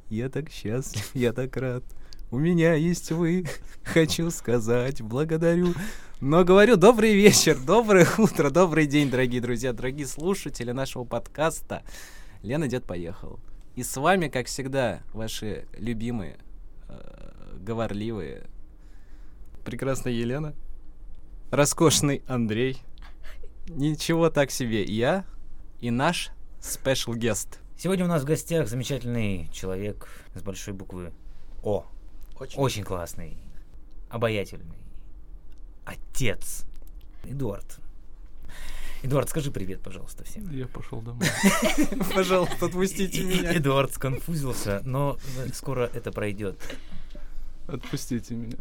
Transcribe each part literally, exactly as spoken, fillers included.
Я так счастлив, я так рад. У меня есть вы, хочу сказать, благодарю. Но говорю, добрый вечер, доброе утро, добрый день, дорогие друзья, дорогие слушатели нашего подкаста. Лена, дед, поехал. И с вами, как всегда, ваши любимые, э, говорливые, прекрасная Елена, роскошный Андрей, ничего так себе я и наш special guest. Сегодня у нас в гостях замечательный человек с большой буквы О. Очень, Очень классный, обаятельный отец. Эдуард. Эдуард, скажи привет, пожалуйста, всем. Я пошел домой. Пожалуйста, отпустите меня. Эдуард сконфузился, но скоро это пройдет. Отпустите меня.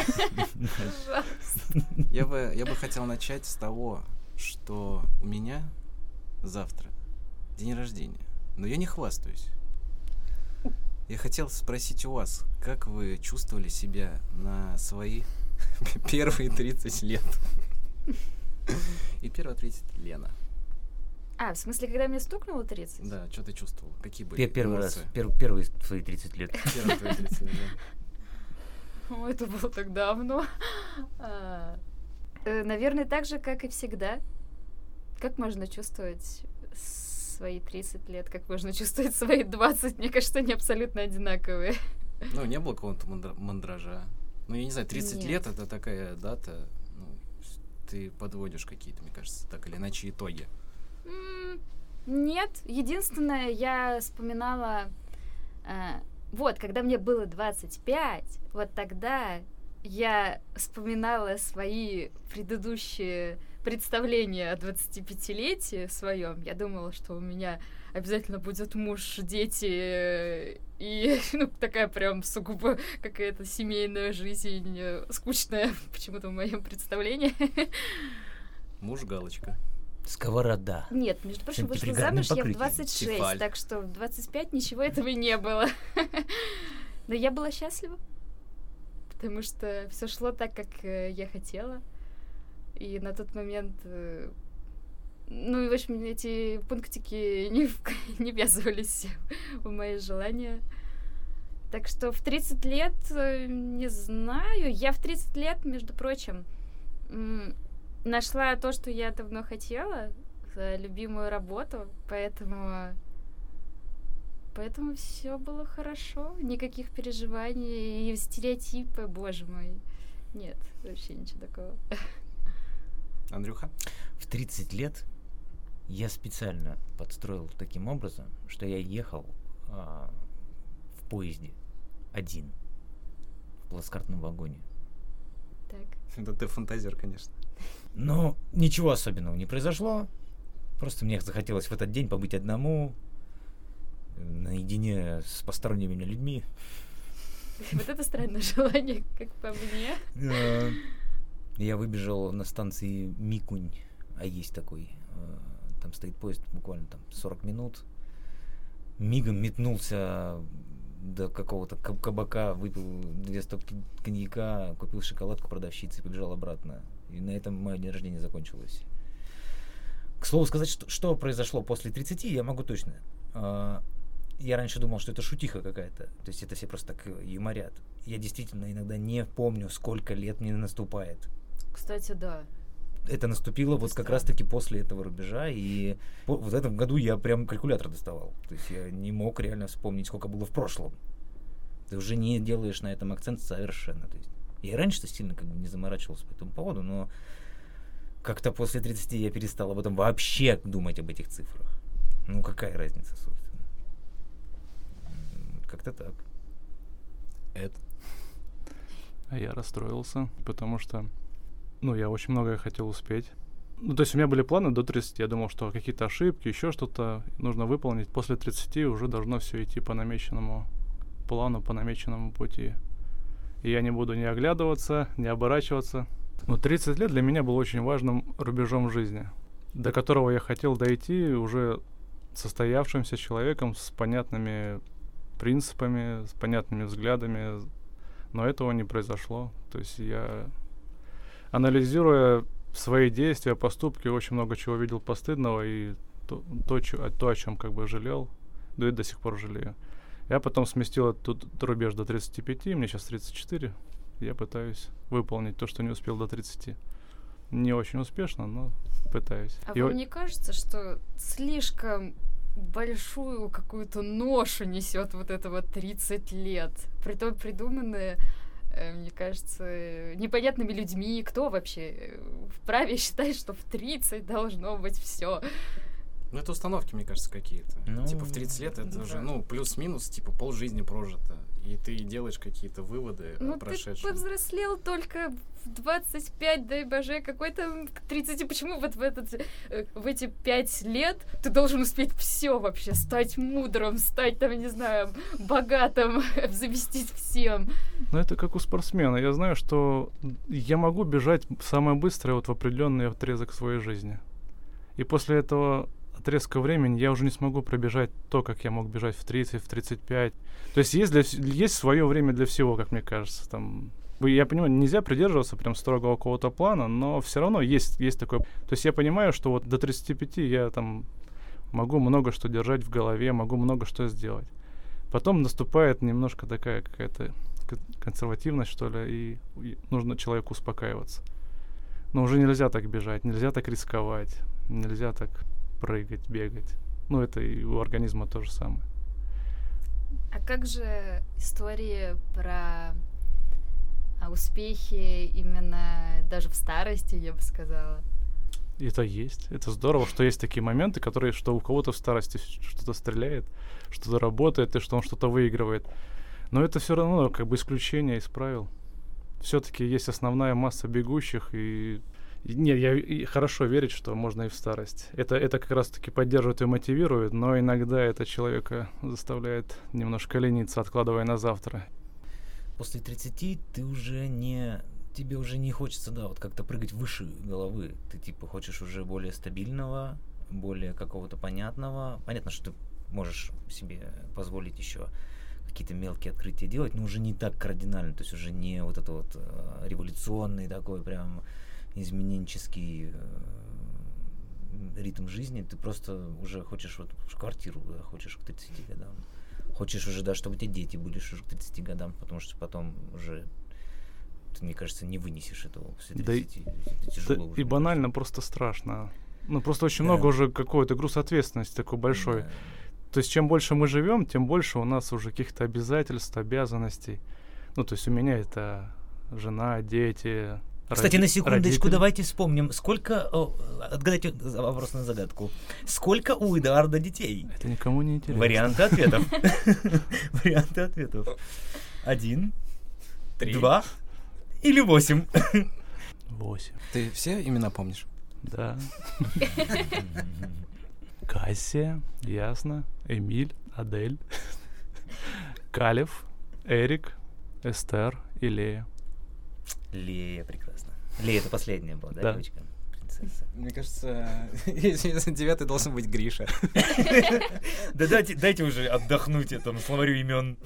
Я бы, я бы хотел начать с того, что у меня завтра день рождения, но я не хвастаюсь. Я хотел спросить у вас, как вы чувствовали себя на свои первые тридцать лет? И первые тридцать Лена. А, в смысле, когда мне стукнуло тридцать? Да, что ты чувствовал? Какие были Первый эмоции? раз, пер, первые твои тридцать лет. Первые твои тридцать лет, да. О, это было так давно. Наверное, так же, как и всегда. Как можно чувствовать свои тридцать лет, как можно чувствовать свои двадцать? Мне кажется, они абсолютно одинаковые. Ну, не было какого-то мандра- мандража. Ну, я не знаю, тридцать Нет. лет — это такая дата, ну, ты подводишь какие-то, мне кажется, так или иначе итоги. М, Нет, единственное, я вспоминала, э, вот, когда мне было двадцать пять, вот тогда я вспоминала свои предыдущие представления о двадцатипятилетии своем. Я думала, что у меня обязательно будет муж, дети и, ну, такая прям сугубо какая-то семейная жизнь, э, скучная почему-то в моем представлении. Муж, галочка. Сковорода. Нет, между прочим, вышла Сантипригарным замуж я в покрытием. двадцать шесть, Тефаль. так что в двадцать пять ничего этого не было. Но я была счастлива, потому что все шло так, как э, я хотела. И на тот момент, э, ну и в общем, эти пунктики не, в- не ввязывались в мои желания. Так что в тридцать лет, э, не знаю, я в тридцать лет, между прочим, м, нашла то, что я давно хотела, э, любимую работу, поэтому, поэтому все было хорошо, никаких переживаний и стереотипы, боже мой, нет, вообще ничего такого. Андрюха? В тридцать лет я специально подстроил таким образом, что я ехал а, в поезде один, в плацкартном вагоне. Так. Да ты фантазер, конечно. Но ничего особенного не произошло. Просто мне захотелось в этот день побыть одному, наедине с посторонними людьми. Вот это странное желание, как по мне. Э, Я выбежал на станции Микунь, а есть такой. э, Там стоит поезд буквально там сорок минут. Мигом метнулся до какого-то каб- кабака, выпил две стопки коньяка, купил шоколадку продавщицы и побежал обратно. И на этом мое день рождения закончилось. К слову сказать, что, что произошло после тридцати, я могу точно. А, Я раньше думал, что это шутиха какая-то. То есть это все просто так э, юморят. Я действительно иногда не помню, сколько лет мне наступает. Кстати, да. Это наступило Это вот как странно. раз-таки после этого рубежа, и по- вот в этом году я прям калькулятор доставал. То есть я не мог реально вспомнить, сколько было в прошлом. Ты уже не делаешь на этом акцент совершенно. То есть я и раньше-то сильно как бы не заморачивался по этому поводу, но как-то после тридцати я перестал об этом вообще думать, об этих цифрах. Ну какая разница, собственно. М, Как-то так. Эд. А я расстроился, потому что, ну, я очень многое хотел успеть. Ну, то есть у меня были планы до тридцати. Я думал, что какие-то ошибки, еще что-то нужно выполнить. После тридцати уже должно все идти по намеченному плану, по намеченному пути. И я не буду ни оглядываться, ни оборачиваться. Но тридцать лет для меня был очень важным рубежом жизни, до которого я хотел дойти уже состоявшимся человеком с понятными принципами, с понятными взглядами, но этого не произошло. То есть я, анализируя свои действия, поступки, очень много чего видел постыдного, и то, то, чё- то о чем как бы жалел, да и до сих пор жалею. Я потом сместил этот рубеж до тридцати пяти, мне сейчас тридцать четыре. Я пытаюсь выполнить то, что не успел до тридцати. Не очень успешно, но пытаюсь. А И вам о- не кажется, что слишком большую какую-то ношу несет вот это вот тридцать лет? Притом придуманное, э, мне кажется, э, непонятными людьми. Кто вообще э, вправе считать, что в тридцать должно быть все? Ну, это установки, мне кажется, какие-то. Ну, Типа в тридцать лет это да. уже, ну, плюс-минус, типа полжизни прожито. И ты делаешь какие-то выводы о Ну, ты прошедшем. повзрослел только в двадцать пять, дай боже, какой там к тридцати. Почему вот в, этот, э, в эти пять лет ты должен успеть все вообще? Стать мудрым, стать там, не знаю, богатым, заместить всем. Ну, это как у спортсмена. Я знаю, что я могу бежать самое быстрое вот в определенный отрезок своей жизни. И после этого отрезка времени я уже не смогу пробежать то, как я мог бежать в тридцать, в тридцать пять. То есть есть, для, вс- есть свое время для всего, как мне кажется. Там, вы- я понимаю, нельзя придерживаться прям строгого какого-то плана, но все равно есть, есть такое. То есть я понимаю, что вот до тридцати пяти я там могу много что держать в голове, могу много что сделать. Потом наступает немножко такая какая-то к- консервативность, что ли, и, и нужно человеку успокаиваться. Но уже нельзя так бежать, нельзя так рисковать, нельзя так прыгать, бегать. Ну, это и у организма то же самое. А как же истории про а, успехи именно даже в старости, я бы сказала? И это есть. Это здорово, что есть такие моменты, которые, что у кого-то в старости ш- что-то стреляет, что-то работает, и что он что-то выигрывает. Но это все равно как бы исключение из правил. Все-таки есть основная масса бегущих, и и нет, я и хорошо верить, что можно и в старость. Это, это как раз-таки поддерживает и мотивирует, но иногда это человека заставляет немножко лениться, откладывая на завтра. После тридцати ты уже не... Тебе уже не хочется, да, вот как-то прыгать выше головы. Ты типа хочешь уже более стабильного, более какого-то понятного. Понятно, что ты можешь себе позволить еще какие-то мелкие открытия делать, но уже не так кардинально. То есть уже не вот это вот э, революционный такой прям измененческий э, ритм жизни. Ты просто уже хочешь вот в квартиру, да, хочешь к тридцати годам. Хочешь уже, да, чтобы у тебя дети были уже к тридцати годам, потому что потом уже ты, мне кажется, не вынесешь этого после Да и- тридцати. Это Да тяжело уже, и мне банально просто страшно. Ну, просто очень Да. много уже какой-то груз ответственности такой кажется. большой. Да. То есть, чем больше мы живем, тем больше у нас уже каких-то обязательств, обязанностей. Ну, то есть, у меня это жена, дети. Кстати, роди- на секундочку родители. давайте вспомним, сколько... О, отгадайте за- вопрос на загадку. Сколько у Эдуарда детей? Это никому не интересно. Варианты ответов. Варианты ответов. Один, Три. два или восемь. Восемь. Ты все имена помнишь? Да. Кассия, ясно. Эмиль, Адель. Калев, Эрик, Эстер и Лея. Лея, прекрасно. Лея, это последняя была, да, Да. девочка? Принцесса. Мне кажется, если девятый должен быть Гриша. Да дайте, дайте уже отдохнуть этому словарю имен.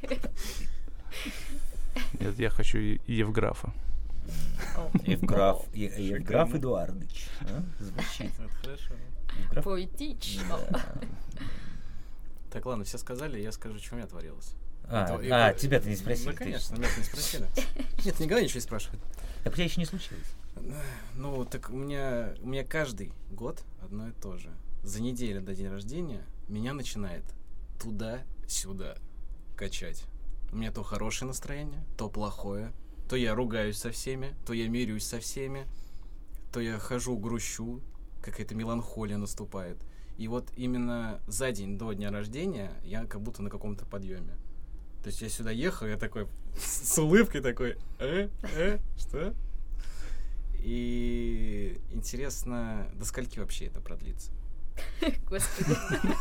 Нет, я хочу Е- Евграфа. Евграф, Е- Шикарно. Евграф Эдуардович. А? Звучит. Это хорошо. Евграф. Поэтично. Да. Так, ладно, все сказали, я скажу, что у меня творилось. А, Это- а, это- тебя-то не спросили. Ну, ты конечно, ж- меня не спросили. Нет, никогда ничего не спрашивают. Так у тебя еще не случилось. Ну, так у меня, у меня каждый год одно и то же. За неделю до дня рождения меня начинает туда-сюда качать. У меня то хорошее настроение, то плохое. То я ругаюсь со всеми, то я мирюсь со всеми, то я хожу, грущу, какая-то меланхолия наступает. И вот именно за день до дня рождения я как будто на каком-то подъеме. То есть я сюда ехал, я такой с, с улыбкой такой, э, э, что? И интересно, до скольки вообще это продлится? Господи.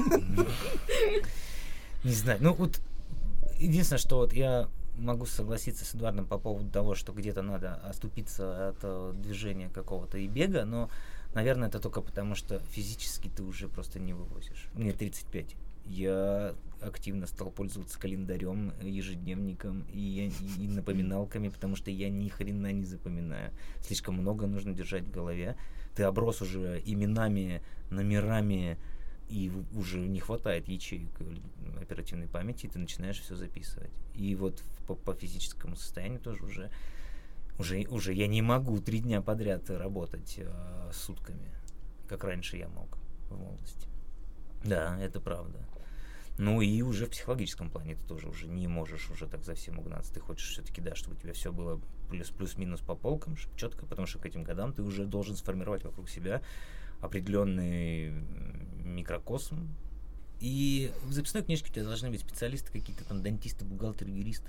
Не знаю. Ну вот единственное, что вот я могу согласиться с Эдуардом по поводу того, что где-то надо оступиться от э, движения какого-то и бега, но, наверное, это только потому, что физически ты уже просто не вывозишь. Мне тридцать пять. Я активно стал пользоваться календарем, ежедневником и, я- и- и напоминалками, потому что я ни хрена не запоминаю. Слишком много нужно держать в голове. Ты оброс уже именами, номерами, и в- уже не хватает ячеек э, оперативной памяти, и ты начинаешь все записывать. И вот в- по, по физическому состоянию тоже уже, уже, уже я не могу три дня подряд работать э, сутками, как раньше я мог в молодости. Да, это правда. Ну и уже в психологическом плане ты тоже уже не можешь уже так за всем угнаться. Ты хочешь все-таки, да, чтобы у тебя все было плюс, плюс-минус по полкам, четко, потому что к этим годам ты уже должен сформировать вокруг себя определенный микрокосм. И в записной книжке у тебя должны быть специалисты какие-то там, дантисты, бухгалтеры, юристы.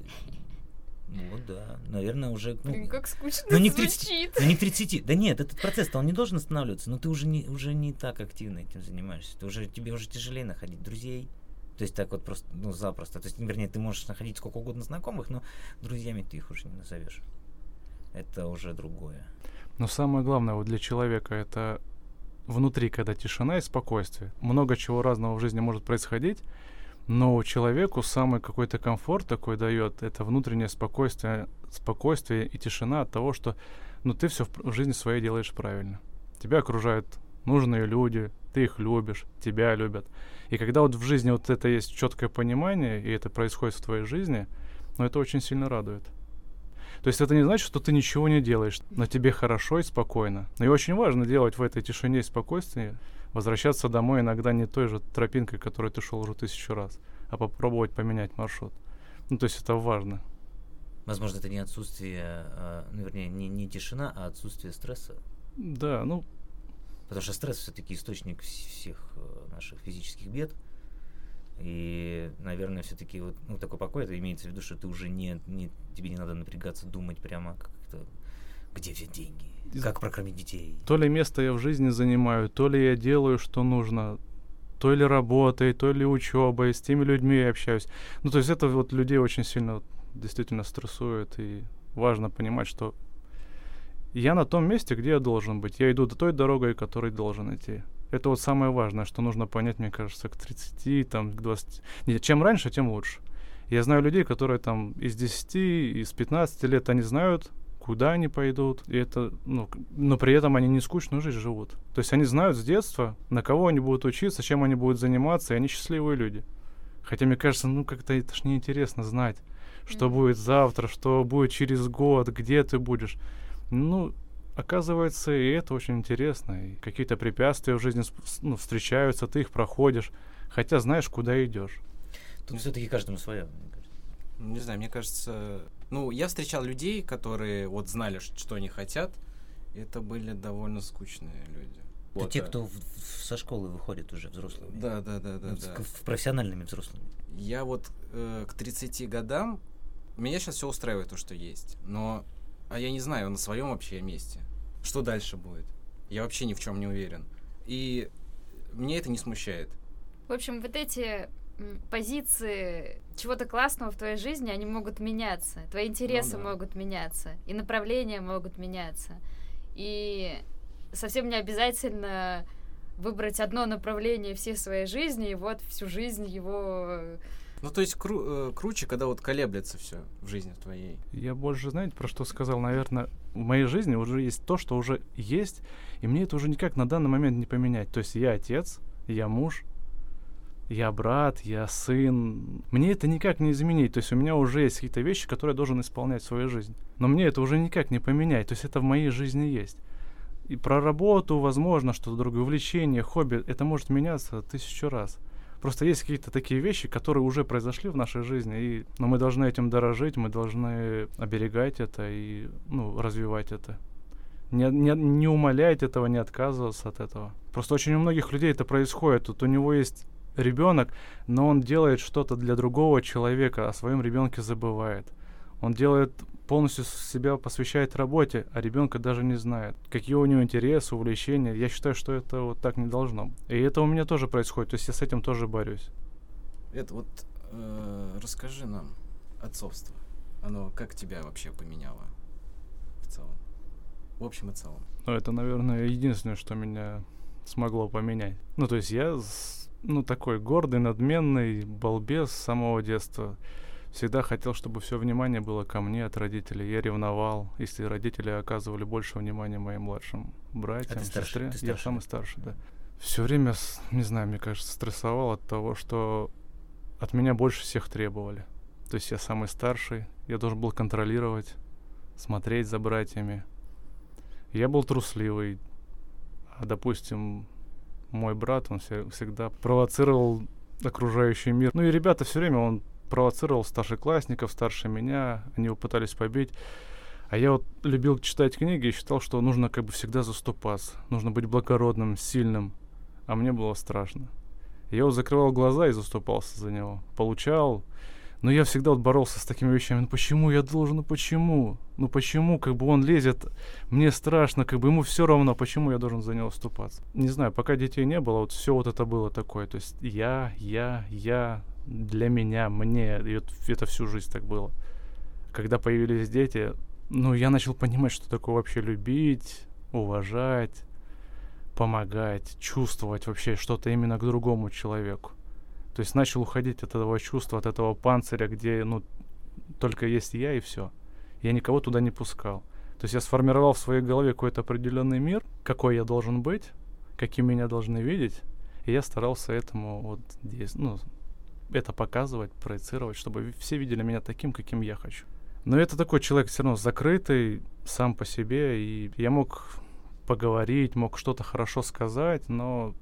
Ну вот да, наверное, уже... Ну, Блин, как скучно ну, не к звучит. тридцати, ну не к тридцати. Да нет, этот процесс-то он не должен останавливаться, но ты уже не, уже не так активно этим занимаешься. Ты уже, тебе уже тяжелее находить друзей. То есть так вот просто, ну, запросто. То есть, вернее, ты можешь находить сколько угодно знакомых, но друзьями ты их уже не назовешь. Это уже другое. Но самое главное вот для человека — это внутри, когда тишина и спокойствие. Много чего разного в жизни может происходить, но человеку самый какой-то комфорт такой дает — это внутреннее спокойствие, спокойствие и тишина от того, что ну, ты все в, в жизни своей делаешь правильно. Тебя окружают нужные люди, ты их любишь, тебя любят. И когда вот в жизни вот это есть четкое понимание, и это происходит в твоей жизни, ну, это очень сильно радует. То есть это не значит, что ты ничего не делаешь, но тебе хорошо и спокойно. Но и очень важно делать в этой тишине и спокойствии, возвращаться домой иногда не той же тропинкой, которой ты шел уже тысячу раз, а попробовать поменять маршрут. Ну, то есть это важно. Возможно, это не отсутствие, а, ну, вернее, не, не тишина, а отсутствие стресса. Да, ну, Потому что стресс все-таки источник вс- всех э, наших физических бед. И, наверное, все-таки вот, ну, такой покой, это имеется в виду, что ты уже не, не тебе не надо напрягаться, думать прямо как-то, где взять деньги, как прокормить детей. то ли место я в жизни занимаю, то ли я делаю, что нужно, то ли работой, то ли учебой, с теми людьми я общаюсь. Ну, то есть это вот людей очень сильно вот действительно стрессует, и важно понимать, что я на том месте, где я должен быть. Я иду до той дорогой, которой должен идти. Это вот самое важное, что нужно понять, мне кажется, к тридцати, там, к двадцати. Нет, чем раньше, тем лучше. Я знаю людей, которые там из десяти, из пятнадцати лет, они знают, куда они пойдут, и это, ну, к- но при этом они не скучную жизнь живут. То есть они знают с детства, на кого они будут учиться, чем они будут заниматься, и они счастливые люди. Хотя мне кажется, ну как-то это ж неинтересно знать, что Мгм. будет завтра, что будет через год, где ты будешь. Ну, оказывается, и это очень интересно. И какие-то препятствия в жизни сп- с- ну, встречаются, ты их проходишь, хотя знаешь, куда идешь. Тут все-таки каждому свое, мне кажется. Не знаю, мне кажется... Ну, я встречал людей, которые вот знали, ш- что они хотят, и это были довольно скучные люди. Это Вот, те, да. кто в- в- со школы выходит уже взрослыми. Да, да, да, да, Ну, да. с- в профессиональными взрослыми. Я вот э, к тридцати годам, меня сейчас все устраивает, то, что есть. Но, а я не знаю, на своем вообще месте. Что дальше будет? Я вообще ни в чем не уверен. И мне это не смущает. В общем, вот эти м, позиции чего-то классного в твоей жизни, они могут меняться. Твои интересы да. могут меняться. И направления могут меняться. И совсем не обязательно выбрать одно направление всей своей жизни и вот всю жизнь его... э, Ну, то есть кру- э, круче, когда вот колеблется все в жизни твоей. Я больше, знаете, про что сказал? Наверное, в моей жизни уже есть то, что уже есть, и мне это уже никак на данный момент не поменять. То есть я отец, я муж, я брат, я сын. Мне это никак не изменить. То есть у меня уже есть какие-то вещи, которые я должен исполнять в своей жизни. Но мне это уже никак не поменять. То есть это в моей жизни есть. И про работу, возможно, что-то другое, увлечение, хобби, это может меняться тысячу раз. Просто есть какие-то такие вещи, которые уже произошли в нашей жизни, и, но мы должны этим дорожить, мы должны оберегать это и, ну, развивать это. Не, не, не умалять этого, не отказываться от этого. Просто очень у многих людей это происходит. Вот у него есть ребенок, но он делает что-то для другого человека, о своем ребенке забывает. Он делает, полностью себя посвящает работе, а ребенка даже не знает, какие у него интересы, увлечения. Я считаю, что это вот так не должно. И это у меня тоже происходит, то есть я с этим тоже борюсь. Это вот э, расскажи нам отцовство. Оно как тебя вообще поменяло в целом? В общем и целом. Ну, это, наверное, единственное, что меня смогло поменять. Ну, то есть я, с- ну, такой гордый, надменный балбес с самого детства. Всегда хотел, чтобы все внимание было ко мне от родителей. Я ревновал, если родители оказывали больше внимания моим младшим братьям, А ты старший? сестре. Ты Я старший, самый да? старший, да. все время, не знаю, мне кажется, стрессовал от того, что от меня больше всех требовали. То есть я самый старший, я должен был контролировать, смотреть за братьями. Я был трусливый, а, допустим, мой брат, он вся, всегда провоцировал окружающий мир. Ну и ребята все время, он провоцировал старшеклассников, старше меня, они его пытались побить. А я вот любил читать книги и считал, что нужно как бы всегда заступаться, нужно быть благородным, сильным, а мне было страшно. Я вот закрывал глаза и заступался за него, получал. Но я всегда вот боролся с такими вещами. Ну почему я должен? Ну почему? Ну почему? Как бы он лезет, мне страшно, как бы ему все равно, почему я должен за него вступаться? Не знаю, пока детей не было, вот все вот это было такое. То есть я, я, я, для меня, мне. И вот это всю жизнь так было. Когда появились дети, ну я начал понимать, что такое вообще любить, уважать, помогать, чувствовать вообще что-то именно к другому человеку. То есть начал уходить от этого чувства, от этого панциря, где, ну, только есть я и все. Я никого туда не пускал. То есть я сформировал в своей голове какой-то определенный мир, какой я должен быть, каким меня должны видеть, и я старался этому вот здесь, ну, это показывать, проецировать, чтобы все видели меня таким, каким я хочу. Но это такой человек все равно закрытый сам по себе, и я мог поговорить, мог что-то хорошо сказать, но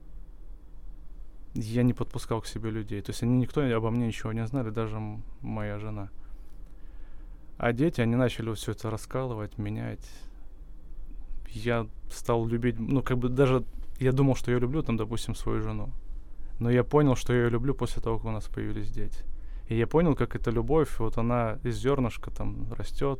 я не подпускал к себе людей. То есть они, никто обо мне ничего не знали, даже м- моя жена. А дети, они начали все это раскалывать, менять. Я стал любить, ну, как бы даже я думал, что я люблю, там, допустим, свою жену. Но я понял, что я ее люблю после того, как у нас появились дети. И я понял, как эта любовь, вот она из зернышка там растет,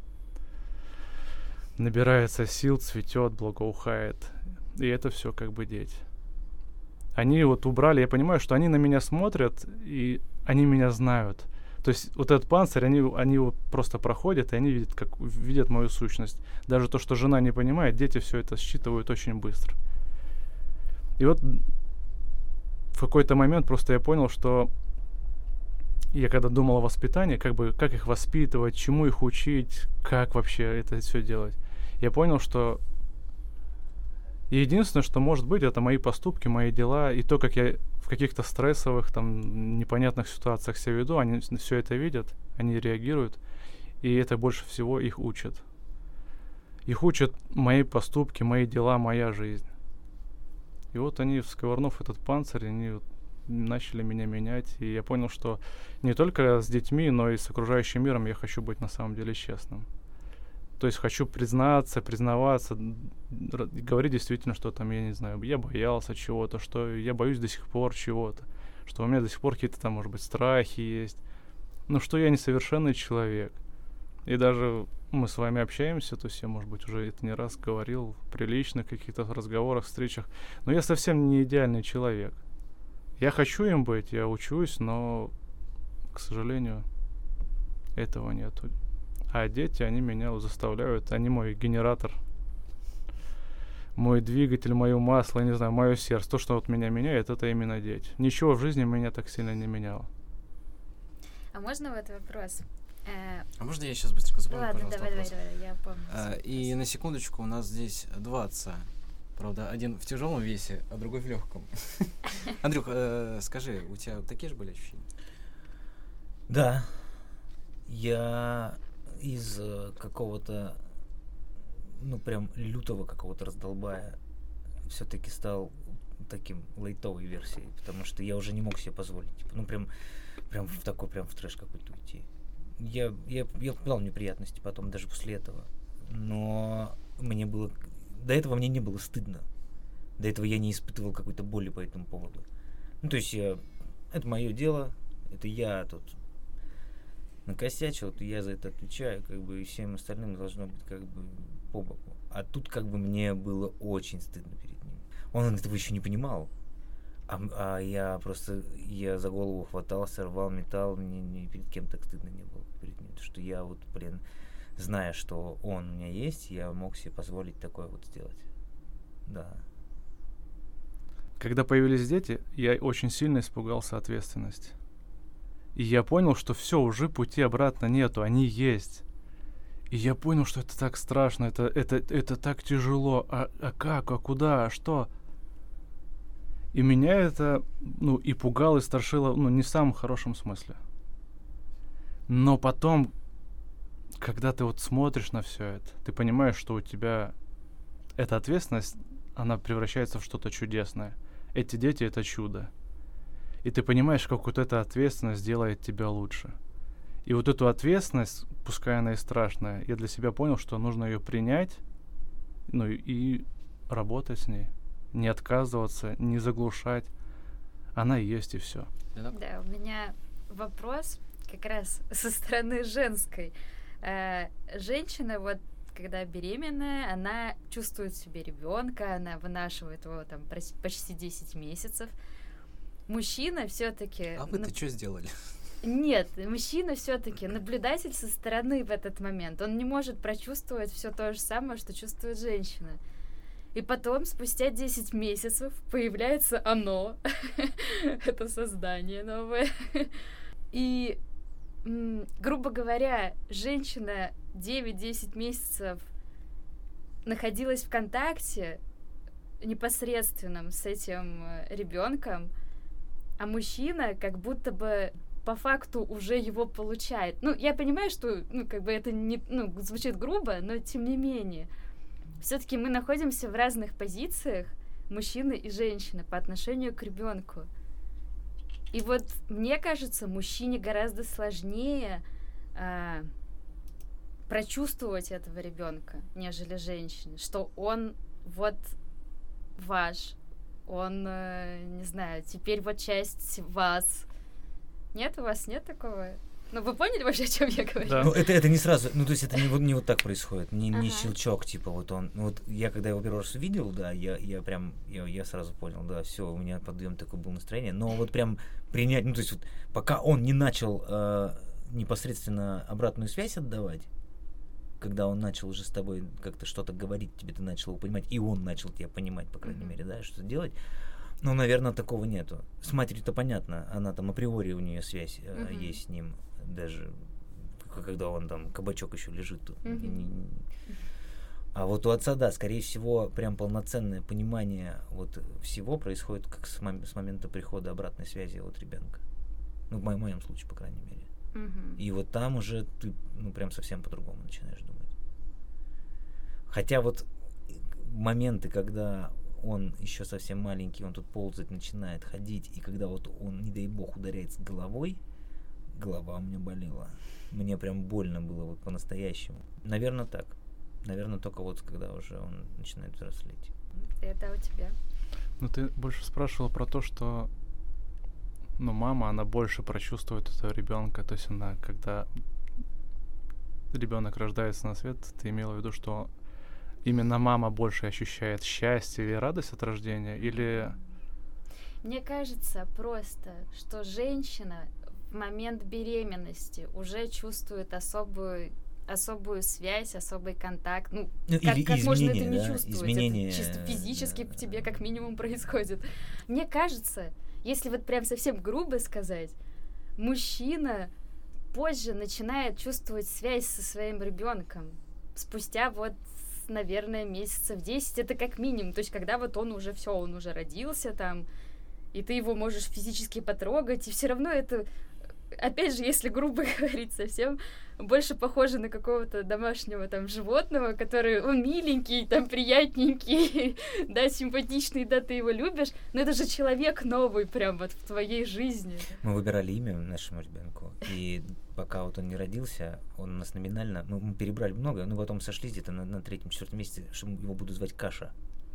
набирается сил, цветет, благоухает. И это все как бы дети. Они вот убрали, я понимаю, что они на меня смотрят, и они меня знают. То есть вот этот панцирь, они, они вот просто проходят, и они видят, как, видят мою сущность. Даже то, что жена не понимает, дети все это считывают очень быстро. И вот в какой-то момент просто я понял, что я когда думал о воспитании, как бы, как их воспитывать, чему их учить, как вообще это все делать, я понял, что единственное, что может быть, это мои поступки, мои дела, и то, как я в каких-то стрессовых, там, непонятных ситуациях себя веду, они все это видят, они реагируют, и это больше всего их учат. Их учат мои поступки, мои дела, моя жизнь. И вот они, всковырнув этот панцирь, они вот начали меня менять, и я понял, что не только с детьми, но и с окружающим миром я хочу быть на самом деле честным. То есть хочу признаться, признаваться, говорить действительно, что там, я не знаю, я боялся чего-то, что я боюсь до сих пор чего-то, что у меня до сих пор какие-то там, может быть, страхи есть, но что я несовершенный человек. И даже мы с вами общаемся, то есть я, может быть, уже это не раз говорил в приличных каких-то разговорах, встречах, но я совсем не идеальный человек. Я хочу им быть, я учусь, но, к сожалению, этого нету. А дети, они меня заставляют, они мой генератор, мой двигатель, мое масло, я не знаю, мое сердце. То, что вот меня меняет, это именно дети. Ничего в жизни меня так сильно не меняло. А можно вот вопрос? Э, А можно я сейчас быстренько запомню, Ладно, пожалуйста, давай, вопрос? давай, давай, я помню. А, и на секундочку, у нас здесь два отца. Правда, один в тяжелом весе, а другой в легком. Андрюх, э, скажи, у тебя такие же были ощущения? Да. Я из э, какого-то, ну, прям лютого какого-то раздолбая все-таки стал таким лайтовой версией, потому что я уже не мог себе позволить. Типа, ну, прям, прям в такой, прям в трэш какой-то уйти. Я, я, я попадал в неприятности потом, даже после этого. Но мне было... До этого мне не было стыдно. До этого я не испытывал какой-то боли по этому поводу. Ну, то есть я... Это мое дело, это я тут накосячил, то я за это отвечаю, как бы, и всем остальным должно быть как бы по боку. А тут как бы мне было очень стыдно перед ним. Он этого еще не понимал. А, а я просто, я за голову хватался, рвал металл, мне ни перед кем так стыдно не было перед ним. Что я вот, блин, зная, что он у меня есть, я мог себе позволить такое вот сделать. Да. Когда появились дети, я очень сильно испугался ответственности. И я понял, что все, уже пути обратно нету, они есть. И я понял, что это так страшно, это, это, это так тяжело. А, а как, а куда, а что? И меня это, ну, и пугало, и страшило, ну, не в самом хорошем смысле. Но потом, когда ты вот смотришь на все это, ты понимаешь, что у тебя эта ответственность, она превращается в что-то чудесное. Эти дети — это чудо. И ты понимаешь, как вот эта ответственность делает тебя лучше. И вот эту ответственность, пускай она и страшная, я для себя понял, что нужно ее принять, ну и работать с ней. Не отказываться, не заглушать. Она есть, и все. Да, у меня вопрос как раз со стороны женской. Э, женщина, вот когда беременная, она чувствует в себе ребенка, она вынашивает его там почти десять месяцев. Мужчина все-таки. А вы-то ну, что сделали? Нет, мужчина все-таки наблюдатель со стороны в этот момент. Он не может прочувствовать все то же самое, что чувствует женщина. И потом, спустя десять месяцев, появляется оно, это создание новое. И, грубо говоря, женщина девять-десять месяцев находилась в контакте непосредственном с этим ребенком, а мужчина как будто бы по факту уже его получает. Ну, я понимаю, что, ну, как бы это не, ну, звучит грубо, но тем не менее. Все-таки мы находимся в разных позициях, мужчины и женщины, по отношению к ребенку. И вот мне кажется, мужчине гораздо сложнее а, прочувствовать этого ребенка, нежели женщине, что он вот ваш, он, э, не знаю, теперь вот часть вас. Нет, у вас нет такого? Ну, вы поняли вообще, о чем я говорю? Да. Ну, это, это не сразу, ну, то есть это не, вот, не вот так происходит, не, не ага. щелчок, типа, вот он, ну, вот я, когда его первый раз увидел, да, я, я прям, я, я сразу понял, да, все, у меня подъем такое было настроение, но вот прям принять, ну, то есть вот пока он не начал э, непосредственно обратную связь отдавать, когда он начал уже с тобой как-то что-то говорить, тебе ты начал его понимать, и он начал тебя понимать, по крайней mm-hmm. мере, да, что делать. Ну, наверное, такого нету. С матерью-то понятно, она там априори у нее связь э, mm-hmm. есть с ним, даже когда он там, кабачок еще лежит тут. Mm-hmm. А вот у отца, да, скорее всего, прям полноценное понимание вот всего происходит как с, мом- с момента прихода обратной связи от ребенка. Ну, в моем, в моем случае, по крайней мере. Mm-hmm. И вот там уже ты, ну, прям совсем по-другому начинаешь думать. Хотя вот моменты, когда он еще совсем маленький, он тут ползать начинает, ходить, и когда вот он, не дай бог, ударяется головой, голова у меня болела. Мне прям больно было вот по-настоящему. Наверное, так. Наверное, только вот когда уже он начинает взрослеть. Это у тебя? Ну, ты больше спрашивала про то, что ну, мама, она больше прочувствует этого ребенка. То есть она, когда ребенок рождается на свет, ты имела в виду, что именно мама больше ощущает счастье или радость от рождения, или... Мне кажется просто, что женщина в момент беременности уже чувствует особую, особую связь, особый контакт. Ну, ну как, как можно это не да? чувствовать? Изменение... Это чисто физически в тебе как минимум происходит. Мне кажется, если вот прям совсем грубо сказать, мужчина позже начинает чувствовать связь со своим ребенком. Спустя вот, наверное, месяцев десять, это как минимум. То есть, когда вот он уже все, он уже родился там, и ты его можешь физически потрогать, и все равно это, опять же, если грубо говорить, совсем больше похоже на какого-то домашнего там животного, который, он миленький, там, приятненький, да, симпатичный, да, ты его любишь, но это же человек новый прям вот в твоей жизни. Мы выбирали имя нашему ребенку, и пока вот он не родился, он у нас номинально, мы, мы перебрали много, но потом сошлись где-то на, на третьем-четвертом месяце, что его будут звать Каша.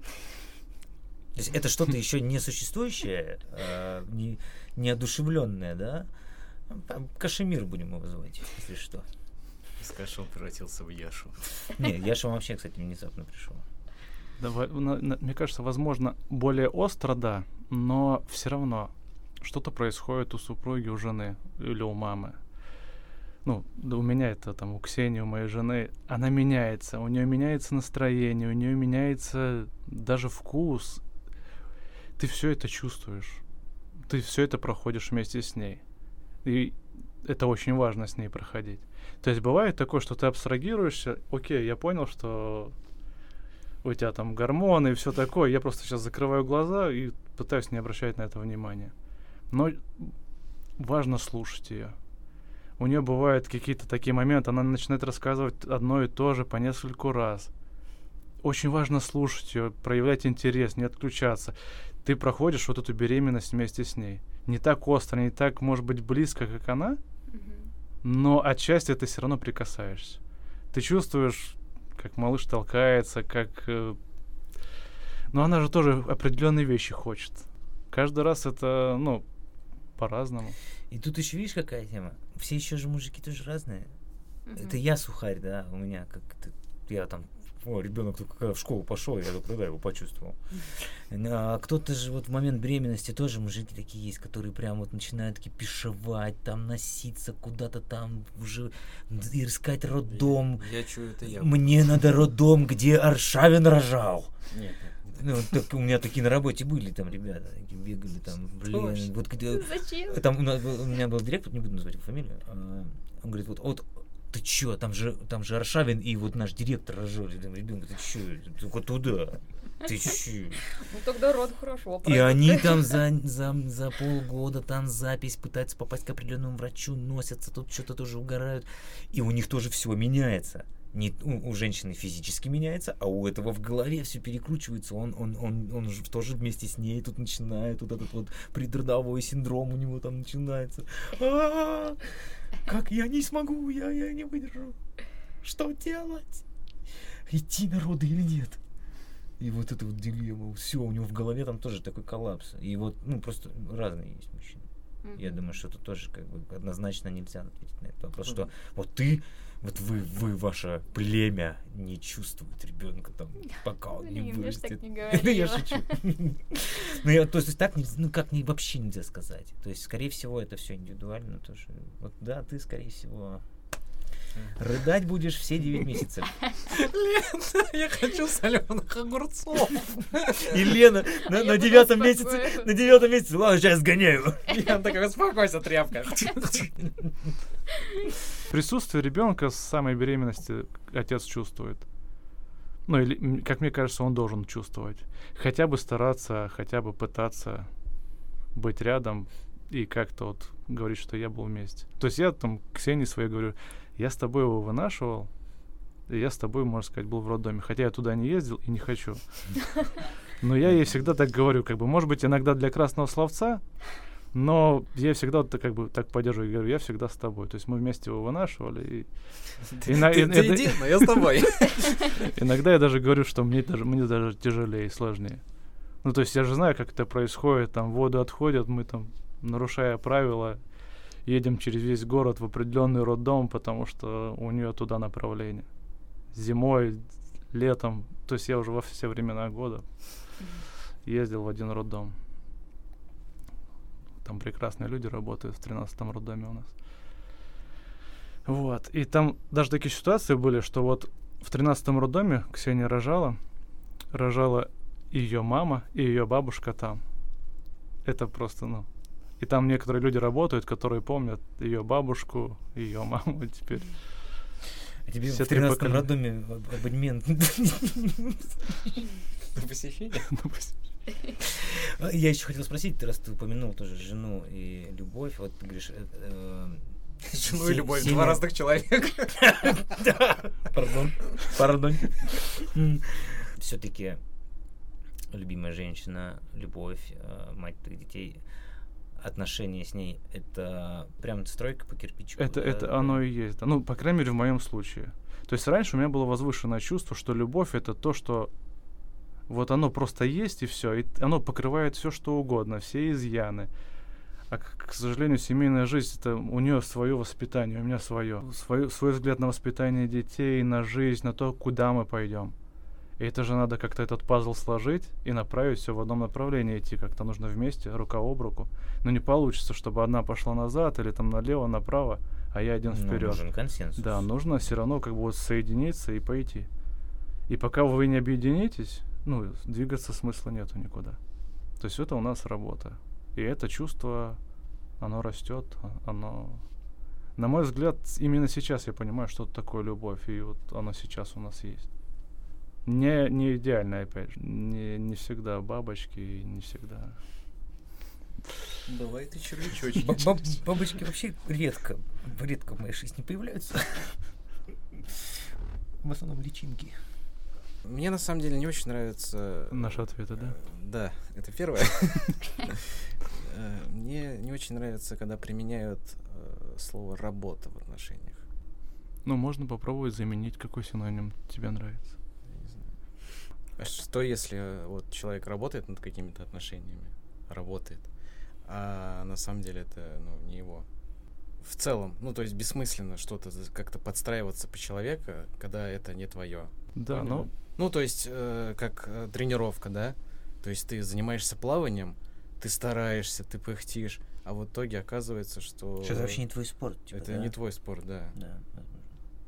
То есть это что-то еще не существующее, э, не, неодушевленное, да? Кашемир будем его вызывать, если что. Из Каши он превратился в Яшу. Не, Яша вообще, кстати, внезапно пришел. Давай, на, на, мне кажется, возможно, более остро, да, но все равно что-то происходит у супруги, у жены или у мамы. Ну, да у меня это там, у Ксении, у моей жены, она меняется, у нее меняется настроение, у нее меняется даже вкус. Ты все это чувствуешь, ты все это проходишь вместе с ней. И это очень важно с ней проходить. То есть бывает такое, что ты абстрагируешься, окей, я понял, что у тебя там гормоны и все такое. Я просто сейчас закрываю глаза и пытаюсь не обращать на это внимания. Но важно слушать ее. У нее бывают какие-то такие моменты, она начинает рассказывать одно и то же по нескольку раз. Очень важно слушать ее, проявлять интерес, не отключаться. Ты проходишь вот эту беременность вместе с ней. Не так остро, не так, может быть, близко, как она, но отчасти ты все равно прикасаешься. Ты чувствуешь, как малыш толкается, как... Э... Но она же тоже определенные вещи хочет. Каждый раз это, ну, по-разному. И тут еще видишь, какая тема? Все еще же мужики тоже разные. Мгм. Это я сухарь, да, у меня как-то... Я там... О, ребенок только когда в школу пошел, я только тогда его почувствовал. А кто-то же вот в момент беременности тоже мужики такие есть, которые прям вот начинают кипишевать, там носиться куда-то там уже и искать роддом. Я чую, это я. Мне надо роддом, где Аршавин рожал. Нет, Ну, так, у меня такие на работе были там ребята, такие бегали там, блин, Точно. вот где... Зачем? Там у, нас был- у меня был директор, не буду называть его фамилию, а, он говорит, вот, вот ты чё, там же, там же Аршавин и вот наш директор рожали, я думаю, ребенок, ты чё, только туда, ты чё? Ну тогда род хорошо И пройдёт. они там за, за, за полгода там запись пытаются попасть к определенному врачу, носятся, тут что-то тоже угорают, и у них тоже все меняется. Не, у, у женщины физически меняется, а у этого в голове все перекручивается. Он, он, он, он же тоже вместе с ней тут начинает, вот этот вот предродовой синдром у него там начинается. А-а-а! Как я не смогу, я, я не выдержу. Что делать? Идти на роды или нет? И вот это вот дилемма. Все, у него в голове там тоже такой коллапс. И вот, ну, просто разные есть мужчины. Я Мгм. думаю, что тут тоже как бы однозначно нельзя ответить на этот вопрос, что вот ты, вот вы, вы, ваше племя не чувствует ребенка там, пока он не Блин, я ж так вырастет. не Ну, я говорила. шучу. Ну, я, то есть так, не- ну, как не, вообще нельзя сказать. То есть, скорее всего, это все индивидуально тоже. Вот, да, ты, скорее всего, рыдать будешь все девять месяцев. Я хочу соленых огурцов. И Лена А на, я на буду девятом месяце, успокоена. на девятом месяце, ладно, сейчас сгоняю. Я такой, успокойся, тряпка. Присутствие ребенка с самой беременности отец чувствует. Ну, или, м, как мне кажется, он должен чувствовать. Хотя бы стараться, хотя бы пытаться быть рядом и как-то вот говорить, что я был вместе. То есть я там Ксении своей говорю, я с тобой его вынашивал, и я с тобой, можно сказать, был в роддоме. Хотя я туда не ездил и не хочу. Но я ей всегда так говорю, как бы, может быть, иногда для красного словца, но я всегда вот так, как бы так поддерживаю и говорю, я всегда с тобой. То есть мы вместе его вынашивали. И Ты Ина- ты и- и- иди, но я с тобой. иногда я даже говорю, что мне даже, мне даже тяжелее и сложнее. Ну, то есть я же знаю, как это происходит. Там воду отходят, мы там, нарушая правила, едем через весь город в определенный роддом, потому что у нее туда направление. Зимой, летом. То есть я уже во все времена года ездил в один роддом. Там прекрасные люди работают в тринадцатом роддоме у нас. Вот. И там даже такие ситуации были, что вот в тринадцатом роддоме Ксения рожала, рожала ее мама и ее бабушка там. Это просто, ну... И там некоторые люди работают, которые помнят ее бабушку, ее маму теперь. А тебе Все в три тринадцатом поколения. роддоме об- абонемент. Посещение? А, Я еще хотел спросить, ты раз ты упомянул тоже жену и любовь, вот ты говоришь... э, э, Жену се- и любовь, сильно- два разных человека. Да, пардон, пардон. Все-таки любимая женщина, любовь, э, мать твоих детей, отношения с ней, это прям стройка по кирпичику. Это, да? это оно и есть. Да. Ну, по крайней мере, в моем случае. То есть раньше у меня было возвышенное чувство, что любовь — это то, что вот оно просто есть, и все. И оно покрывает все, что угодно, все изъяны. А, к, к сожалению, семейная жизнь — это у нее свое воспитание, у меня свое. Свой, свой взгляд на воспитание детей, на жизнь, на то, куда мы пойдем. И это же надо как-то этот пазл сложить и направить все в одном направлении идти. Как-то нужно вместе, рука об руку. Но не получится, чтобы одна пошла назад или там налево, направо, а я один Ну, вперед. нужен консенсус. Да, нужно все равно как бы вот соединиться и пойти. И пока вы не объединитесь, ну, двигаться смысла нету никуда. То есть это у нас работа. И это чувство, оно растет, оно... На мой взгляд, именно сейчас я понимаю, что такое любовь, и вот оно сейчас у нас есть. Не, не идеально, опять же. Не, не всегда бабочки, и не всегда. Бывает и червячочки. Баб- баб- Бабочки вообще редко, редко в моей жизни появляются. В основном личинки. Мне на самом деле не очень нравится... Наши ответы, да? Э, Да, это первое. Э, Мне не очень нравится, когда применяют э, слово «работа» в отношениях. Ну, можно попробовать заменить, какой синоним тебе нравится. Я не знаю. А что если э, вот человек работает над какими-то отношениями, работает, а на самом деле это, ну, не его. В целом, ну, то есть бессмысленно что-то за- как-то подстраиваться по человеку, когда это не твое. Да, Понял? ну, Ну, то есть, э, как э, тренировка, да? То есть ты занимаешься плаванием, ты стараешься, ты пыхтишь, а в итоге оказывается, что... Что это вообще не твой спорт, типа, Это да? не твой спорт, да. Да, возможно.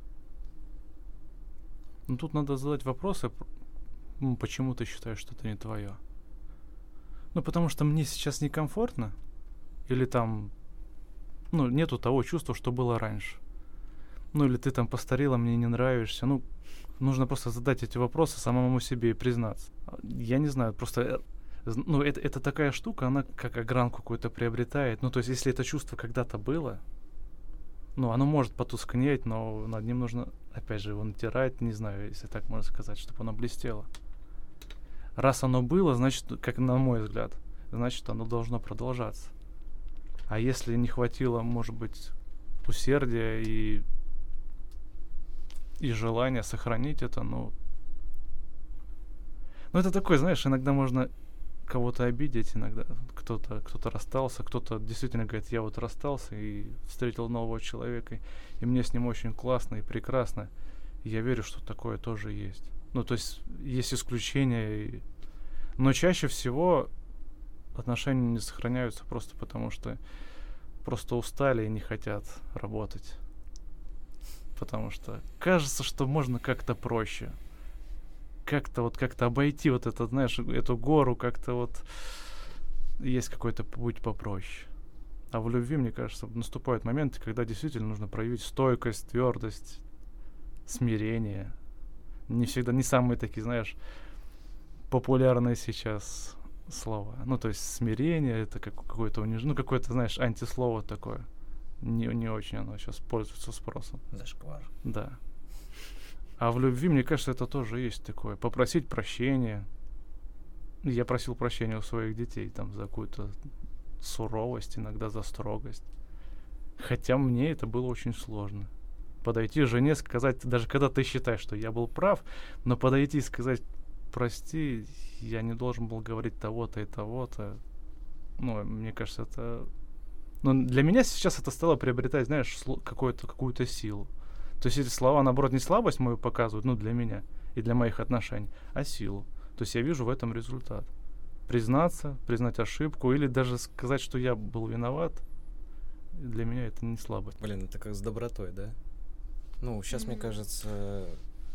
ну, тут надо задать вопросы, п- ну, почему ты считаешь, что это не твое. Ну, потому что мне сейчас некомфортно, или там, ну, нету того чувства, что было раньше. Ну, или ты там постарела, мне не нравишься. Ну, нужно просто задать эти вопросы самому себе и признаться. А, Я не знаю, просто, э, з- ну, это, это такая штука, она как огранку какую-то приобретает. Ну, то есть, если это чувство когда-то было, ну, оно может потускнеть, но над ним нужно, опять же, его натирать, не знаю, если так можно сказать, чтобы оно блестело. Раз оно было, значит, как на мой взгляд, значит, оно должно продолжаться. А если не хватило, может быть, усердия и, и желания сохранить это, ну... Ну, это такое, знаешь, иногда можно кого-то обидеть, иногда кто-то кто-то расстался, кто-то действительно говорит, я вот расстался и встретил нового человека, и мне с ним очень классно и прекрасно. И я верю, что такое тоже есть. Ну, то есть есть исключения, и... но чаще всего отношения не сохраняются просто потому, что просто устали и не хотят работать. Потому что кажется, что можно как-то проще. Как-то вот как-то обойти вот это, знаешь, эту гору, как-то вот есть какой-то путь попроще. А в любви, мне кажется, наступают моменты, когда действительно нужно проявить стойкость, твердость, смирение. Не всегда, не самые такие, знаешь, популярные сейчас слова. Ну, то есть смирение, это как, какое-то униж... ну, какое-то, знаешь, антислово такое. Не, не очень оно сейчас пользуется спросом. Зашквар. Да. А в любви, мне кажется, это тоже есть такое. Попросить прощения. Я просил прощения у своих детей там за какую-то суровость, иногда за строгость. Хотя мне это было очень сложно. Подойти жене, сказать, даже когда ты считаешь, что я был прав, но подойти и сказать, прости, я не должен был говорить того-то и того-то. Ну, мне кажется, это... Но для меня сейчас это стало приобретать, знаешь, сло- какую-то, какую-то силу. То есть эти слова, наоборот, не слабость мою показывают, ну, для меня и для моих отношений, а силу. То есть я вижу в этом результат. Признаться, признать ошибку или даже сказать, что я был виноват, для меня это не слабость. Блин, это как с добротой, да? Ну, сейчас, мне Мгм. кажется,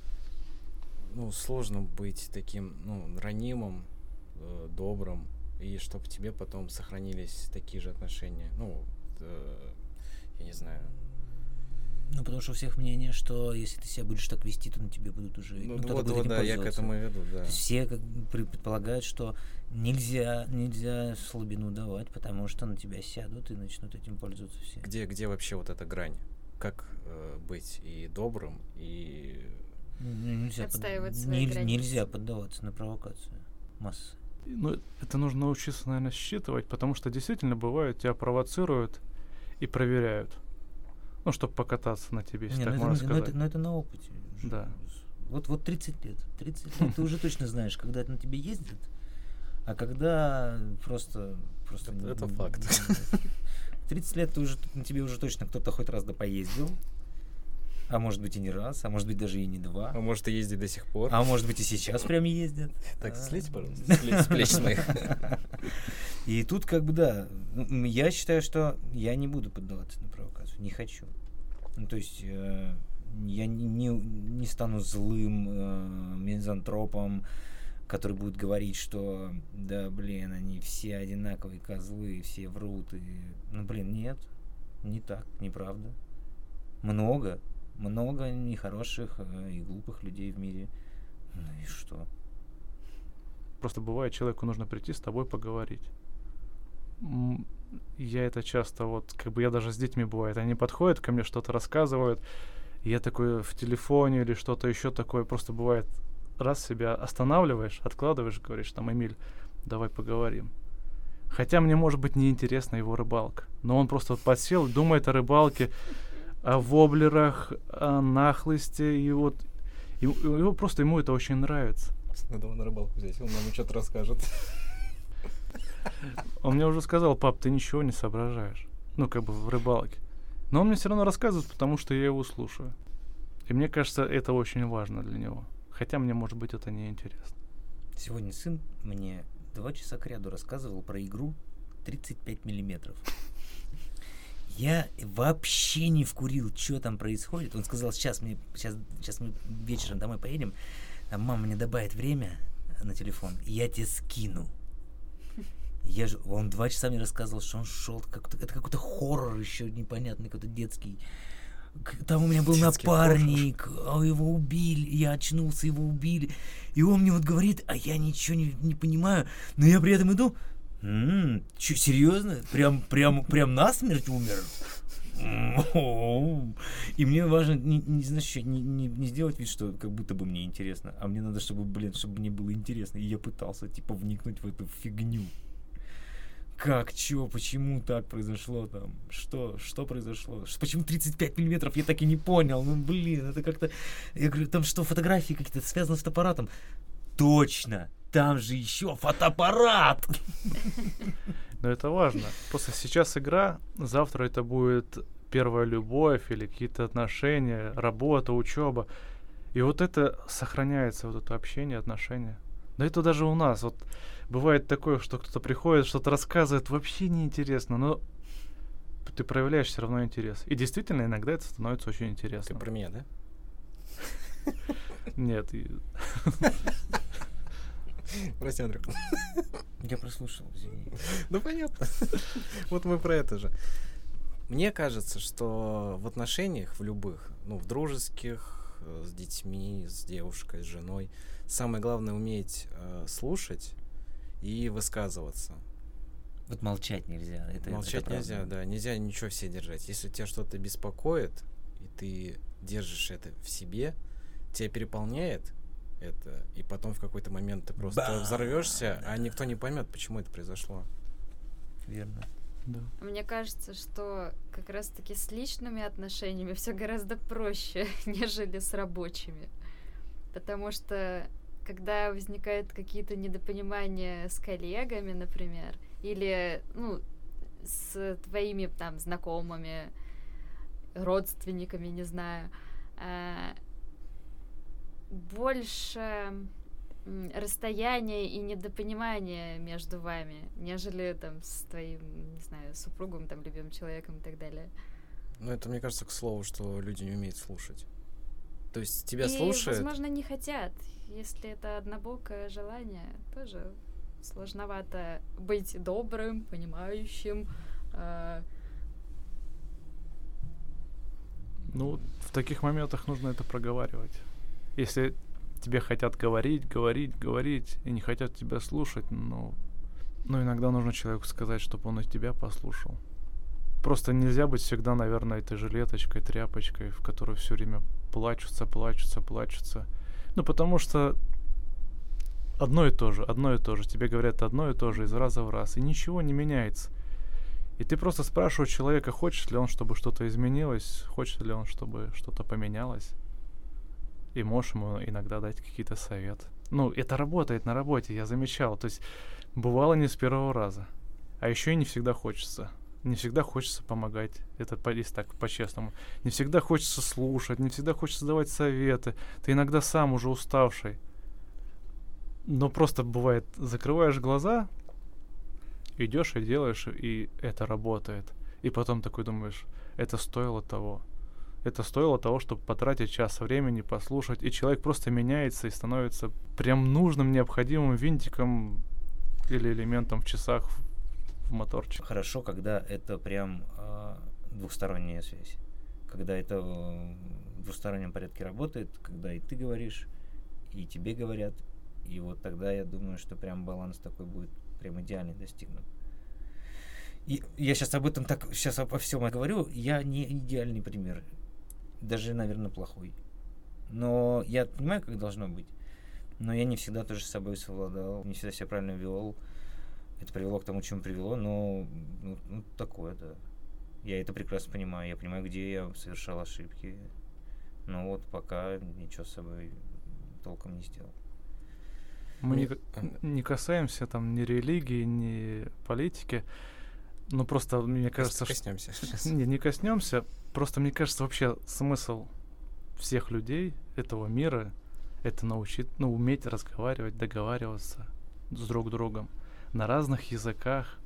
ну, сложно быть таким, ну, ранимым, э, добрым, и чтобы тебе потом сохранились такие же отношения. Ну, э, я не знаю. Ну, потому что у всех мнение, что если ты себя будешь так вести, то на тебе будут уже... Ну, кто-то вот, будет вот, этим да, я к пользоваться. этому и веду, да. То есть все как бы при- предполагают, что нельзя, нельзя слабину давать, потому что на тебя сядут и начнут этим пользоваться все. Где, где вообще вот эта грань? Как э, быть и добрым, и... Ну, нельзя, под- Отстаивать свои нель- границы. нельзя поддаваться на провокацию массы. Ну, это нужно научиться, наверное, считывать, потому что действительно бывает, тебя провоцируют и проверяют. Ну, чтобы покататься на тебе, если Не, так ну, это, можно ну, это- сказать. ну, это на опыте. уже. Да. Вот, вот тридцать лет. тридцать лет ты уже точно знаешь, когда это на тебе ездит, а когда просто... просто Это- не- это не- факт. В тридцать лет ты уже, на тебе уже точно кто-то хоть раз да поездил, а может быть и не раз, а может быть даже и не два, А может, и ездить до сих пор? а может быть и сейчас прям ездят. Так, А. слейте, пожалуйста, с плеч- с плеч моих. И тут как бы да, м, я считаю, что я не буду поддаваться на провокацию, не хочу. Ну, то есть э, я не, не, не стану злым э, мизантропом, который будет говорить, что да, блин, они все одинаковые козлы, все врут. И... Ну, блин, нет, не так, неправда. Много, много нехороших э, и глупых людей в мире. Ну и что? Просто бывает, человеку нужно прийти с тобой поговорить. М, Я это часто, вот, как бы я даже с детьми бывает, они подходят ко мне, что-то рассказывают, и я такой в телефоне или что-то еще такое, просто бывает, раз себя останавливаешь, откладываешь, говоришь, там, Эмиль, давай поговорим. Хотя мне, может быть, неинтересна его рыбалка, но он просто вот подсел, думает о рыбалке, о воблерах, о нахлысте, и вот и- его просто, ему это очень нравится. Надо его на рыбалку взять, он нам что-то расскажет. Он мне уже сказал: пап, ты ничего не соображаешь. Ну, как бы в рыбалке. Но он мне все равно рассказывает, потому что я его слушаю. И мне кажется, это очень важно для него. Хотя мне, может быть, это не интересно. Сегодня сын мне два часа кряду рассказывал про игру тридцать пять миллиметров. Я вообще не вкурил, что там происходит. Он сказал, сейчас, мне, сейчас, сейчас мы вечером домой поедем, там мама мне добавит время на телефон, и я тебе скину. Я же, он два часа мне рассказывал, что он шел, как это какой-то хоррор еще непонятный, какой-то детский. К- Там у меня был Детский напарник, а его убили, я очнулся, его убили. И он мне вот говорит, а я ничего не, не понимаю, но я при этом иду, м-м, че, серьезно? Прям, прям, прям насмерть умер? М-м-м. И мне важно не, не, знаешь, что, не, не, не сделать вид, что как будто бы мне интересно, а мне надо, чтобы, блин, чтобы мне было интересно. И я пытался, типа, вникнуть в эту фигню. Как, чё, почему так произошло там? Что, что произошло? Ш- Почему тридцать пять миллиметров? Я так и не понял. Ну, блин, это как-то... Я говорю, там что, фотографии какие-то связаны с фотоаппаратом? Точно! Там же еще фотоаппарат! Но это важно. Просто сейчас игра, завтра это будет первая любовь или какие-то отношения, работа, учеба. И вот это сохраняется, вот это общение, отношения. Да это даже у нас. Вот бывает такое, что кто-то приходит, что-то рассказывает, вообще неинтересно, но ты проявляешь все равно интерес. И действительно, иногда это становится очень Ты интересно. про меня, да? Нет, и- Прости, Андрюх. Я прослушал, извини. Ну, понятно. Вот мы про это же. Мне кажется, что в отношениях, в любых, ну, в дружеских, э, с детьми, с девушкой, с женой, самое главное уметь э, слушать и высказываться. Вот молчать нельзя. Это, Молчать это нельзя, правда. да, нельзя ничего в себе держать. Если тебя что-то беспокоит, и ты держишь это в себе, тебя переполняет это, и потом в какой-то момент ты просто Ба! взорвешься, а никто не поймет, почему это произошло. Верно. да. Мне кажется, что как раз-таки с личными отношениями все гораздо проще, нежели с рабочими. Потому что когда возникают какие-то недопонимания с коллегами, например, или ну, с твоими там знакомыми, родственниками, не знаю, а, больше м, расстояния и недопонимания между вами, нежели там с твоим, не знаю, супругом, там, любимым человеком и так далее. Ну, это, мне кажется, к слову, что люди не умеют слушать. То есть тебя И, слушают, возможно, не хотят. Если это однобокое желание, тоже сложновато быть добрым, понимающим. а, Ну, в таких моментах нужно это проговаривать. Если тебе хотят говорить, говорить, говорить, и не хотят тебя слушать, ну, ну иногда нужно человеку сказать, чтобы он и тебя послушал. Просто нельзя быть всегда, наверное, этой жилеточкой, тряпочкой, в которой все время плачутся, плачутся, плачутся. Ну, потому что одно и то же, одно и то же. Тебе говорят одно и то же из раза в раз, и ничего не меняется. И ты просто спрашиваешь человека, хочет ли он, чтобы что-то изменилось, хочет ли он, чтобы что-то поменялось. И можешь ему иногда дать какие-то советы. Ну, это работает на работе, я замечал. То есть бывало не с первого раза. А еще и не всегда хочется. Не всегда хочется помогать. Это по- если так, по-честному. Не всегда хочется слушать, не всегда хочется давать советы. Ты иногда сам уже уставший. Но просто бывает, закрываешь глаза, идешь и делаешь, и это работает. И потом такой думаешь, это стоило того. Это стоило того, чтобы потратить час времени, послушать, и человек просто меняется и становится прям нужным, необходимым винтиком или элементом в часах в, в моторчике. Хорошо, когда это прям э, двухсторонняя связь. Когда это э, в двустороннем порядке работает, когда и ты говоришь, и тебе говорят. И вот тогда я думаю, что прям баланс такой будет прям идеальный достигнут. И я сейчас об этом так, сейчас обо всем говорю, я не идеальный пример. Даже, наверное, плохой. Но я понимаю, как должно быть. Но я не всегда тоже с собой совладал, не всегда себя правильно вел. Это привело к тому, к чему привело, но ну, ну, такое, да. Я это прекрасно понимаю. Я понимаю, где я совершал ошибки. Но вот пока ничего с собой толком не сделал. Мы не, не касаемся там ни религии, ни политики. Ну, просто, мне кажется... Коснемся. Что... Не, не коснемся. Просто, мне кажется, вообще смысл всех людей этого мира — это научить, ну, уметь разговаривать, договариваться с друг другом на разных языках.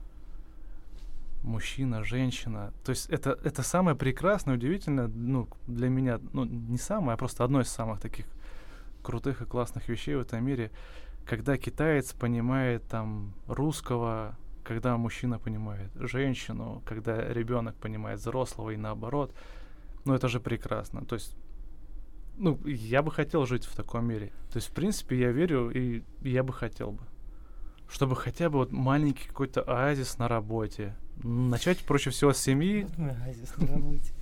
Мужчина, женщина. То есть это, это самое прекрасное, удивительное, ну, для меня, ну, не самое, а просто одно из самых таких крутых и классных вещей в этом мире, когда китаец понимает там русского, когда мужчина понимает женщину, когда ребенок понимает взрослого и наоборот. Ну, это же прекрасно. То есть, ну, я бы хотел жить в таком мире. То есть, в принципе, я верю, и я бы хотел бы. Чтобы хотя бы вот маленький какой-то оазис на работе. Начать, проще всего, с семьи. Оазис на работе.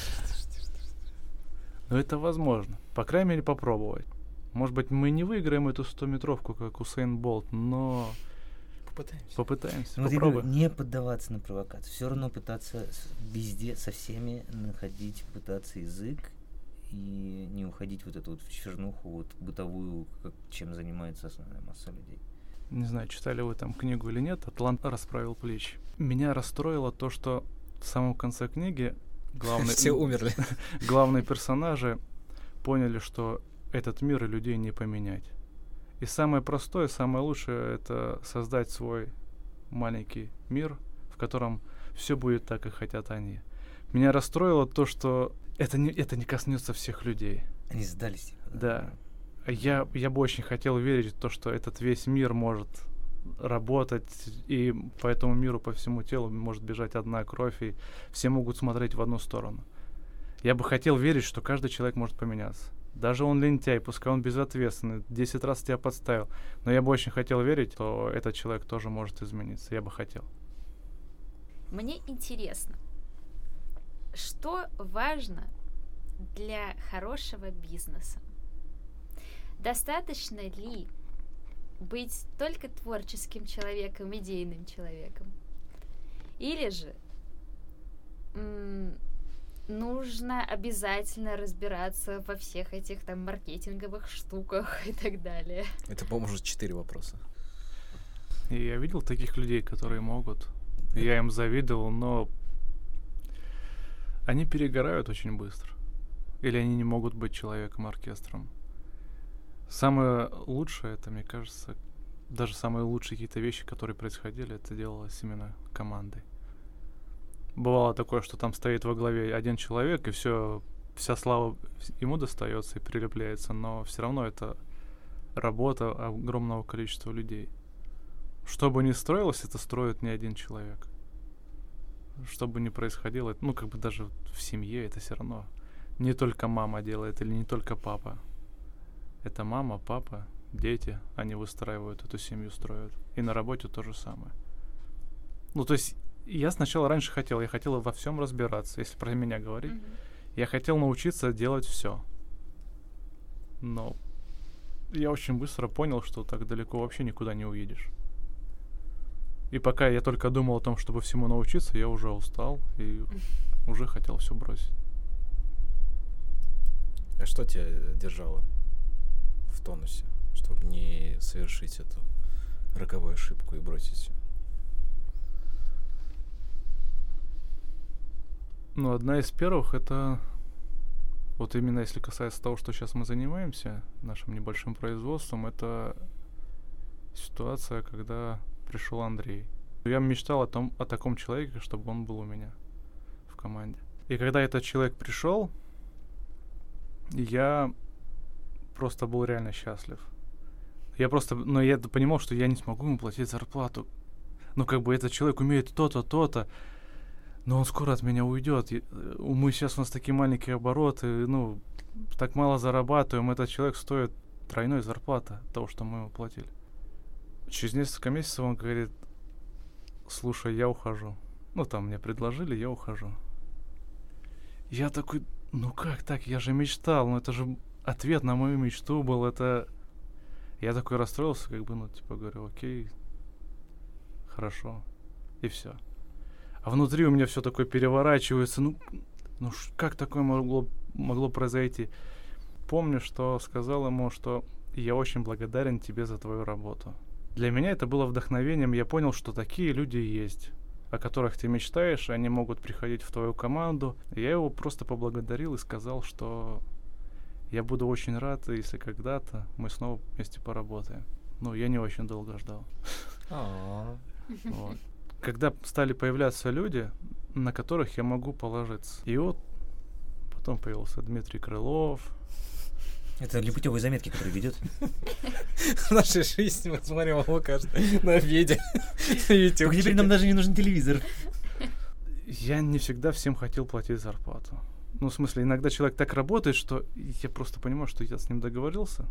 Но это возможно. По крайней мере, попробовать. Может быть, мы не выиграем эту стометровку, как Усейн Болт, но... Попытаемся. Попытаемся, Ну, попробуем. Не поддаваться на провокацию. Все равно пытаться везде со всеми находить, пытаться язык и не уходить в вот эту вот в чернуху, вот бытовую, как, чем занимается основная масса людей. Не знаю, читали вы там книгу или нет, «Атлант расправил плечи». Меня расстроило то, что в самом конце книги главный, все умерли. Главные персонажи поняли, что этот мир и людей не поменять. И самое простое, самое лучшее — это создать свой маленький мир, в котором все будет так, как хотят они. Меня расстроило то, что это не, это не коснется всех людей. Они сдались. Да. Я, я бы очень хотел верить в то, что этот весь мир может работать, и по этому миру, по всему телу может бежать одна кровь, и все могут смотреть в одну сторону. Я бы хотел верить, что каждый человек может поменяться. Даже он лентяй, пускай он безответственный, десять раз тебя подставил. Но я бы очень хотел верить, что этот человек тоже может измениться. Я бы хотел. Мне интересно, что важно для хорошего бизнеса? Достаточно ли быть только творческим человеком, идейным человеком? Или же м- нужно обязательно разбираться во всех этих там маркетинговых штуках и так далее? Это, по-моему, уже четыре вопроса. И я видел таких людей, которые могут. Я им завидовал, но они перегорают очень быстро. Или они не могут быть человеком-оркестром. Самое лучшее, это, мне кажется, даже самые лучшие какие-то вещи, которые происходили, это делалось именно командой. Бывало такое, что там стоит во главе один человек, и все, вся слава ему достается и прилепляется, но все равно это работа огромного количества людей. Что бы ни строилось, это строит не один человек. Что бы ни происходило, ну, как бы даже в семье это все равно не только мама делает или не только папа. Это мама, папа, дети, они выстраивают эту семью, строят. И на работе то же самое. Ну, то есть я сначала раньше хотел, я хотел во всем разбираться, если про меня говорить. Mm-hmm. Я хотел научиться делать все. Но я очень быстро понял, что так далеко вообще никуда не уедешь. И пока я только думал о том, чтобы всему научиться, я уже устал и уже хотел все бросить. А что тебя держало в тонусе, чтобы не совершить эту роковую ошибку и бросить? Ну, одна из первых — это вот именно если касается того, что сейчас мы занимаемся, нашим небольшим производством, это ситуация, когда пришел Андрей. Я мечтал о том, о таком человеке, чтобы он был у меня в команде. И когда этот человек пришел, я просто был реально счастлив. Я просто, но я понимал, что я не смогу ему платить зарплату. Ну, как бы этот человек умеет то-то, то-то, но он скоро от меня уйдет. Мы сейчас, у нас такие маленькие обороты, ну, так мало зарабатываем. Этот человек стоит тройной зарплаты того, что мы ему платили. Через несколько месяцев он говорит: слушай, я ухожу. Ну, там мне предложили, я ухожу. Я такой: ну как так? Я же мечтал, ну это же ответ на мою мечту был, это... Я такой расстроился, как бы, ну, типа, говорю: окей, хорошо, и все. А внутри у меня все такое переворачивается, ну, ну ш- как такое могло, могло произойти? Помню, что сказал ему, что я очень благодарен тебе за твою работу. Для меня это было вдохновением, я понял, что такие люди есть, о которых ты мечтаешь, они могут приходить в твою команду. И я его просто поблагодарил и сказал, что я буду очень рад, если когда-то мы снова вместе поработаем. Ну, я не очень долго ждал. Вот. Когда стали появляться люди, на которых я могу положиться. И вот потом появился Дмитрий Крылов. Это непутевые заметки, которые ведет. В нашей жизни мы смотрим его каждый на видео. Так теперь нам даже не нужен телевизор. Я не всегда всем хотел платить зарплату. Ну, в смысле, иногда человек так работает, что я просто понимаю, что я с ним договорился,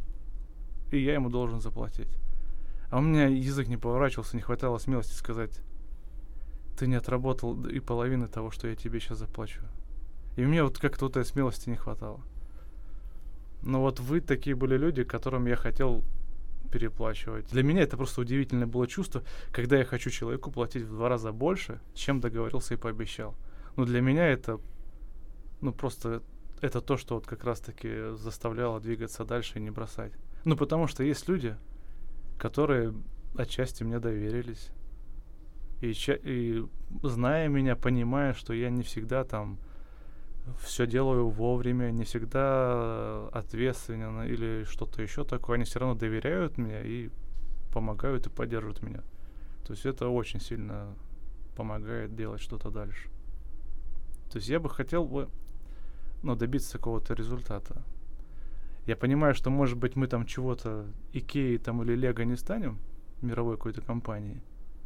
и я ему должен заплатить. А у меня язык не поворачивался, не хватало смелости сказать: ты не отработал и половины того, что я тебе сейчас заплачу. И мне вот как-то вот этой смелости не хватало. Но вот вы такие были люди, которым я хотел переплачивать. Для меня это просто удивительное было чувство, когда я хочу человеку платить в два раза больше, чем договорился и пообещал. Но для меня это, ну, просто это то, что вот как раз-таки заставляло двигаться дальше и не бросать. Ну, потому что есть люди, которые отчасти мне доверились. И, ча- и зная меня, понимая, что я не всегда там все делаю вовремя, не всегда ответственен или что-то еще такое, они все равно доверяют мне и помогают и поддерживают меня. То есть это очень сильно помогает делать что-то дальше. То есть я бы хотел бы, ну, добиться какого-то результата. Я понимаю, что, может быть, мы там чего-то Икеи там или Лего не станем, мировой какой-то компании,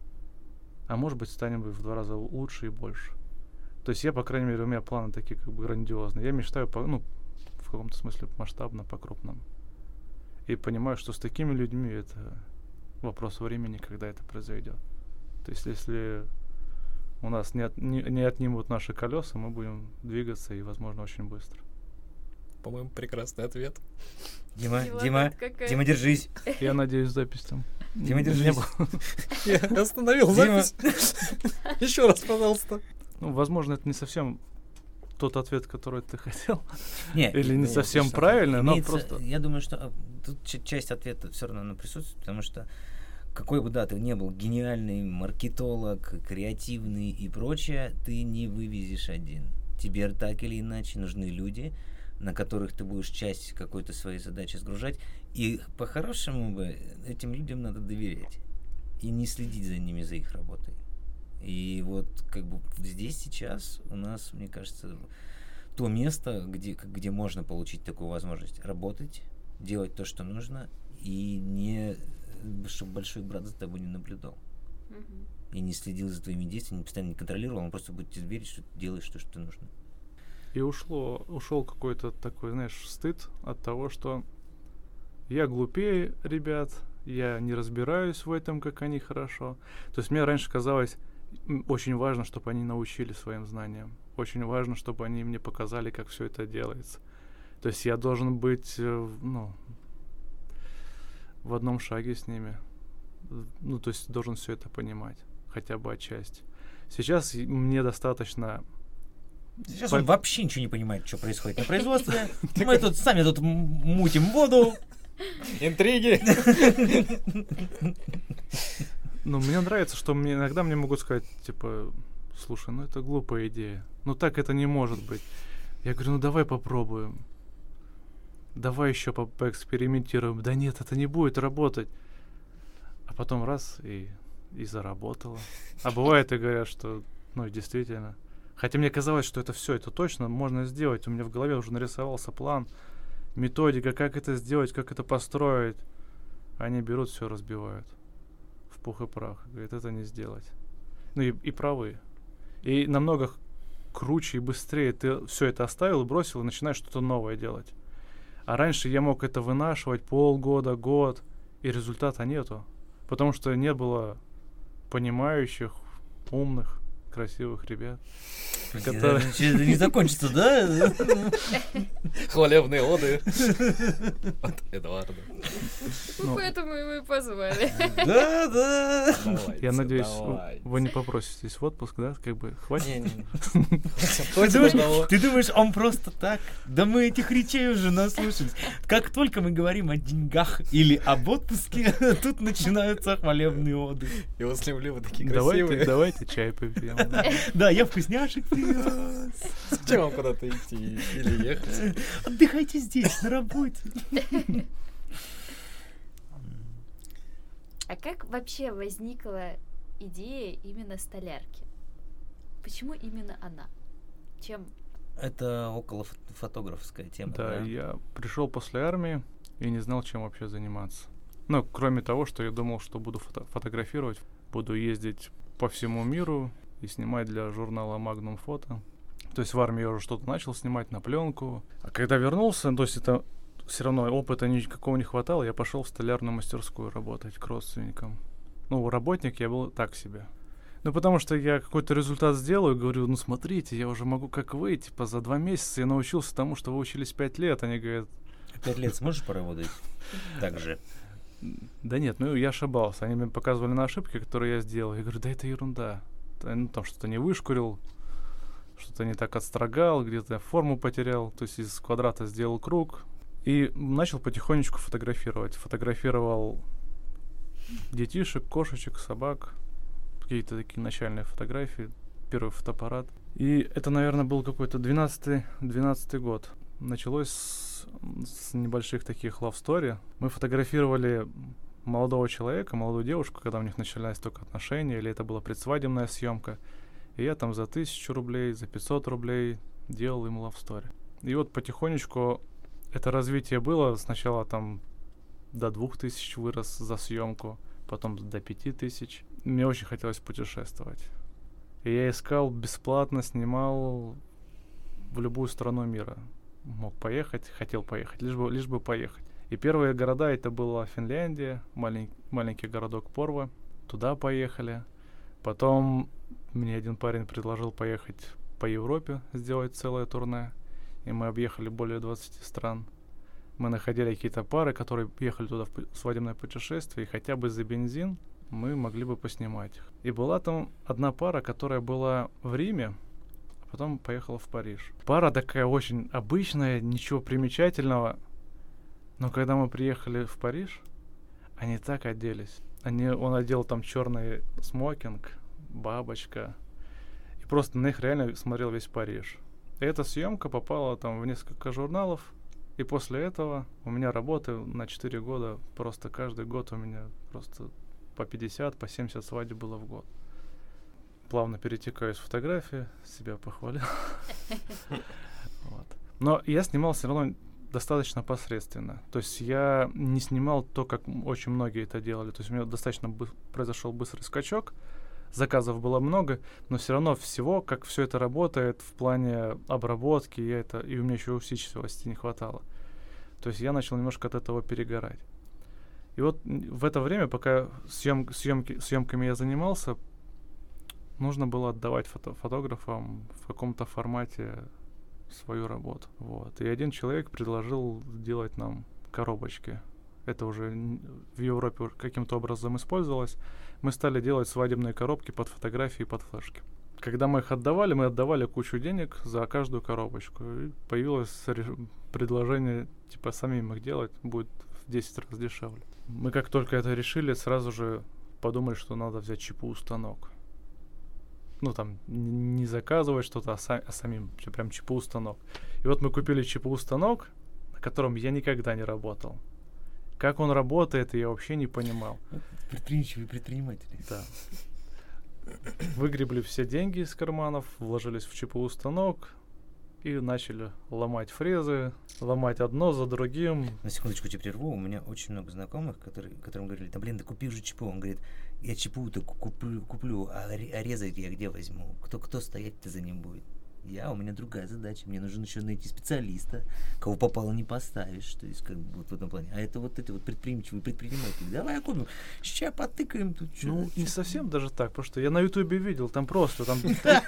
а может быть, станем в два раза лучше и больше. То есть я, по крайней мере, у меня планы такие как бы грандиозные. Я мечтаю, по, ну, в каком-то смысле масштабно, по-крупному. И понимаю, что с такими людьми это вопрос времени, когда это произойдет. То есть если у нас не, от, не, не отнимут наши колеса, мы будем двигаться и, возможно, очень быстро. По-моему, прекрасный ответ. Дима, И вот Дима, это какая- Дима, держись. Я надеюсь, запись там. Дима, не держись. было. Я остановил Дима. запись. Еще раз, пожалуйста. Ну, возможно, это не совсем тот ответ, который ты хотел. Не, Или не нет, совсем конечно. правильно, но имеется- просто... Я думаю, что а, тут ч- часть ответа все равно она присутствует, потому что какой бы, да, ты не был гениальный маркетолог, креативный и прочее, ты не вывезешь один. Тебе так или иначе нужны люди, на которых ты будешь часть какой-то своей задачи сгружать. И по-хорошему бы этим людям надо доверять. И не следить за ними, за их работой. И вот как бы здесь сейчас у нас, мне кажется, то место, где, где можно получить такую возможность работать, делать то, что нужно, и не чтобы большой брат за тобой не наблюдал. Мгм. И не следил за твоими действиями, постоянно не контролировал, он просто будет тебе верить, что ты делаешь то, что нужно. И ушло, ушел какой-то такой, знаешь, стыд от того, что я глупее ребят, я не разбираюсь в этом, как они хорошо. То есть мне раньше казалось м, очень важно, чтобы они научили своим знаниям. Очень важно, чтобы они мне показали, как все это делается. То есть я должен быть, э, ну, в одном шаге с ними. Ну, то есть должен все это понимать, хотя бы отчасти. Сейчас и- мне достаточно... Сейчас По- он вообще ничего не понимает, что происходит на производстве. Мы тут сами тут м- мутим воду. Интриги. Ну, мне нравится, что мне иногда мне могут сказать, типа, слушай, ну это глупая идея. Ну так это не может быть. Я говорю, ну давай попробуем. Давай еще по- поэкспериментируем. Да нет, это не будет работать. А потом раз и, и заработало. А бывает и говорят, что, ну действительно. Хотя мне казалось, что это все, это точно можно сделать. У меня в голове уже нарисовался план, методика, как это сделать, как это построить. Они берут все, разбивают в пух и прах. Говорят, это не сделать. Ну и, и правы. И намного х- круче и быстрее ты все это оставил, бросил и начинаешь что-то новое делать. А раньше я мог это вынашивать полгода, год, и результата нету. Потому что не было понимающих, умных, красивых ребят. Которые... Это не закончится, да? Хвалебные оды от Эдуарда. Ну, поэтому его и позвали. Да, да. Я надеюсь, вы не попроситесь в отпуск, да? Как бы хватит. Ты думаешь, он просто так? Да мы этих речей уже наслушались. Как только мы говорим о деньгах или об отпуске, тут начинаются хвалебные оды. Я вас люблю, вы такие красивые. Давайте чай попьем. Да, я вкусняшек привез. Зачем вам куда-то идти или ехать? Отдыхайте здесь, на работе. А как вообще возникла идея именно столярки? Почему именно она? Чем? Это около фотографская тема. Да, да, я пришел после армии и не знал, чем вообще заниматься. Ну, кроме того, что я думал, что буду фото- фотографировать, буду ездить по всему миру и снимать для журнала Magnum Photo. То есть в армии я уже что-то начал снимать на пленку. А когда вернулся, то есть это все равно опыта никакого не хватало, я пошел в столярную мастерскую работать к родственникам. Ну, работник я был так себе. Ну, потому что я какой-то результат сделаю, говорю, ну, смотрите, я уже могу как вы, типа, за два месяца я научился тому, что вы учились пять лет. Они говорят... Пять лет сможешь поработать так же? Да нет, ну, я ошибался. Они мне показывали на ошибки, которые я сделал. Я говорю, да это ерунда. Ну, там что-то не вышкурил, что-то не так отстрогал, где-то форму потерял. То есть из квадрата сделал круг. И начал потихонечку фотографировать. Фотографировал детишек, кошечек, собак. Какие-то такие начальные фотографии. Первый фотоаппарат. И это, наверное, был какой-то двенадцатый, двенадцатый год. Началось с, с небольших таких love story. Мы фотографировали молодого человека, молодую девушку, когда у них начались только отношения, или это была предсвадебная съемка. И я там за тысячу рублей, за пятьсот рублей делал им love story. И вот потихонечку это развитие было. Сначала там до двух тысяч вырос за съемку, потом до пяти тысяч. Мне очень хотелось путешествовать. И я искал бесплатно, снимал в любую страну мира. Мог поехать, хотел поехать, лишь бы, лишь бы поехать. И первые города это была Финляндия, малень, маленький городок Порво. Туда поехали. Потом мне один парень предложил поехать по Европе, сделать целое турне. И мы объехали более двадцати стран. Мы находили какие-то пары, которые ехали туда в свадебное путешествие, и хотя бы за бензин мы могли бы поснимать их. И была там одна пара, которая была в Риме, а потом поехала в Париж. Пара такая очень обычная, ничего примечательного. Но когда мы приехали в Париж, они так оделись. Они, он одел там черный смокинг, бабочка. И просто на них реально смотрел весь Париж. И эта съемка попала там в несколько журналов. И после этого у меня работы на четыре года. Просто каждый год у меня просто по пятьдесят, по семьдесят свадеб было в год. Плавно перетекаю с фотографии, себя похвалил. Но я снимал все равно достаточно посредственно. То есть я не снимал то, как очень многие это делали. То есть у меня достаточно бы- произошел быстрый скачок. Заказов было много, но все равно всего, как все это работает в плане обработки, я это, и у меня еще усидчивости не хватало. То есть я начал немножко от этого перегорать. И вот в это время, пока съем, съемки, съемками я занимался, нужно было отдавать фото, фотографам в каком-то формате свою работу. Вот. И один человек предложил делать нам коробочки. Это уже в Европе каким-то образом использовалось. Мы стали делать свадебные коробки под фотографии и под флешки. Когда мы их отдавали, мы отдавали кучу денег за каждую коробочку. И появилось реш- предложение, типа, самим их делать будет в десять раз дешевле. Мы как только это решили, сразу же подумали, что надо взять ЧПУ-станок. Ну, там, н- не заказывать что-то, а, са- а самим прям ЧПУ-станок. И вот мы купили ЧПУ-станок, на котором я никогда не работал. Как он работает, я вообще не понимал. Предприимчивые предприниматели. Да. Выгребли все деньги из карманов, вложились в ЧПУ-станок и начали ломать фрезы, ломать одно за другим. На секундочку тебя прерву. У меня очень много знакомых, которые, которым говорили, да блин, да купи уже ЧПУ. Он говорит, я ЧПУ-то куплю, куплю а, а резать я где возьму? Кто, кто стоять-то за ним будет? Я, у меня другая задача. Мне нужно еще найти специалиста, кого попало не поставишь. То есть, как бы вот в этом плане. А это вот эти вот предприимчивые предприниматели. Давай, Акунов, сейчас потыкаем тут. Чё, Ну, чё не ты? совсем даже так, потому что я на Ютубе видел, там просто, там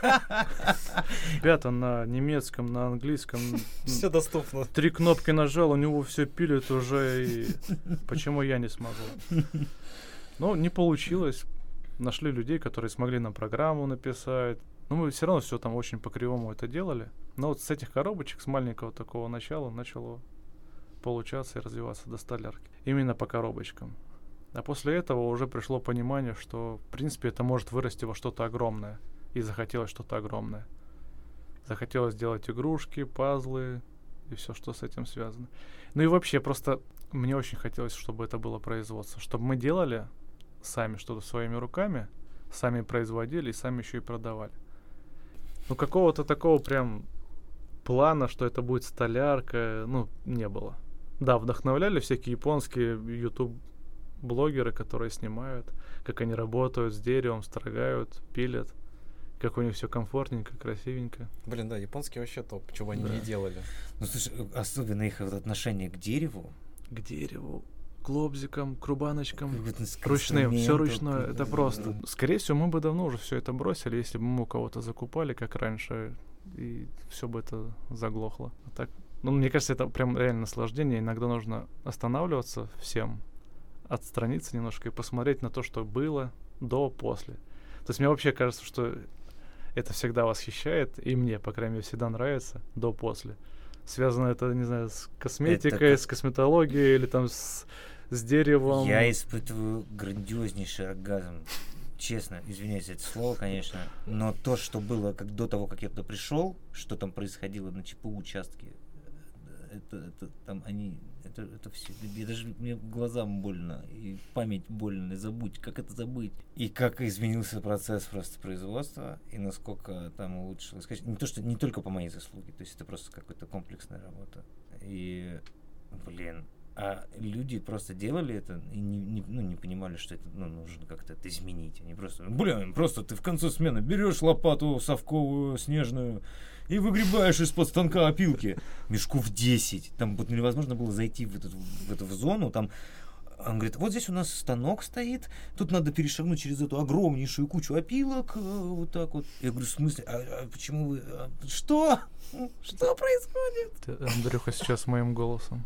ребята на немецком, на английском. Все доступно. Три кнопки нажал, у него все пилит уже, и почему я не смогу? Ну, не получилось. Нашли людей, которые смогли нам программу написать. Но мы все равно все там очень по-кривому это делали. Но вот с этих коробочек, с маленького такого начала, начало получаться и развиваться до столярки. Именно по коробочкам. А после этого уже пришло понимание, что, в принципе, это может вырасти во что-то огромное. И захотелось что-то огромное. Захотелось делать игрушки, пазлы и все, что с этим связано. Ну и вообще, просто мне очень хотелось, чтобы это было производство. Чтобы мы делали сами что-то своими руками, сами производили и сами еще и продавали. Ну, какого-то такого прям плана, что это будет столярка, ну, не было. Да, вдохновляли всякие японские YouTube-блогеры, которые снимают, как они работают с деревом, строгают, пилят, как у них все комфортненько, красивенько. Блин, да, японские вообще топ, чего они Да. не делали. Ну, слушай, особенно их вот отношение к дереву. К дереву, к лобзикам, к рубаночкам, вот с- к к ручным, все инструменту, ручное, к- это просто. Скорее всего, мы бы давно уже все это бросили, если бы мы у кого-то закупали, как раньше, и все бы это заглохло. А так, ну, мне кажется, это прям реально наслаждение. Иногда нужно останавливаться всем, отстраниться немножко и посмотреть на то, что было до, после. То есть мне вообще кажется, что это всегда восхищает, и мне, по крайней мере, всегда нравится до, после. Связано это, не знаю, с косметикой, как- с косметологией или там с, с деревом. Я испытываю грандиознейший оргазм. Честно, извиняюсь за это слово, конечно. Но то, что было как до того, как я туда пришел, что там происходило на ЧПУ участке, это, это там они, это, это все, я даже мне глазам больно, и память больно, и забудь, как это забыть. И как изменился процесс просто производства, и насколько там улучшилось. Конечно, не то, что не только по моей заслуге, то есть это просто какая-то комплексная работа. И, блин, а люди просто делали это и не, не, ну, не понимали, что это ну, нужно как-то это изменить. Они просто, блин, просто ты в конце смены берешь лопату совковую, снежную, и выгребаешь из-под станка опилки. Мешков десять. Там вот невозможно было зайти в эту, в эту зону. Там он говорит, вот здесь у нас станок стоит, тут надо перешагнуть через эту огромнейшую кучу опилок, э, вот так вот. Я говорю, в смысле, а, а почему вы... а, что? Что происходит? Ты, Андрюха сейчас моим голосом.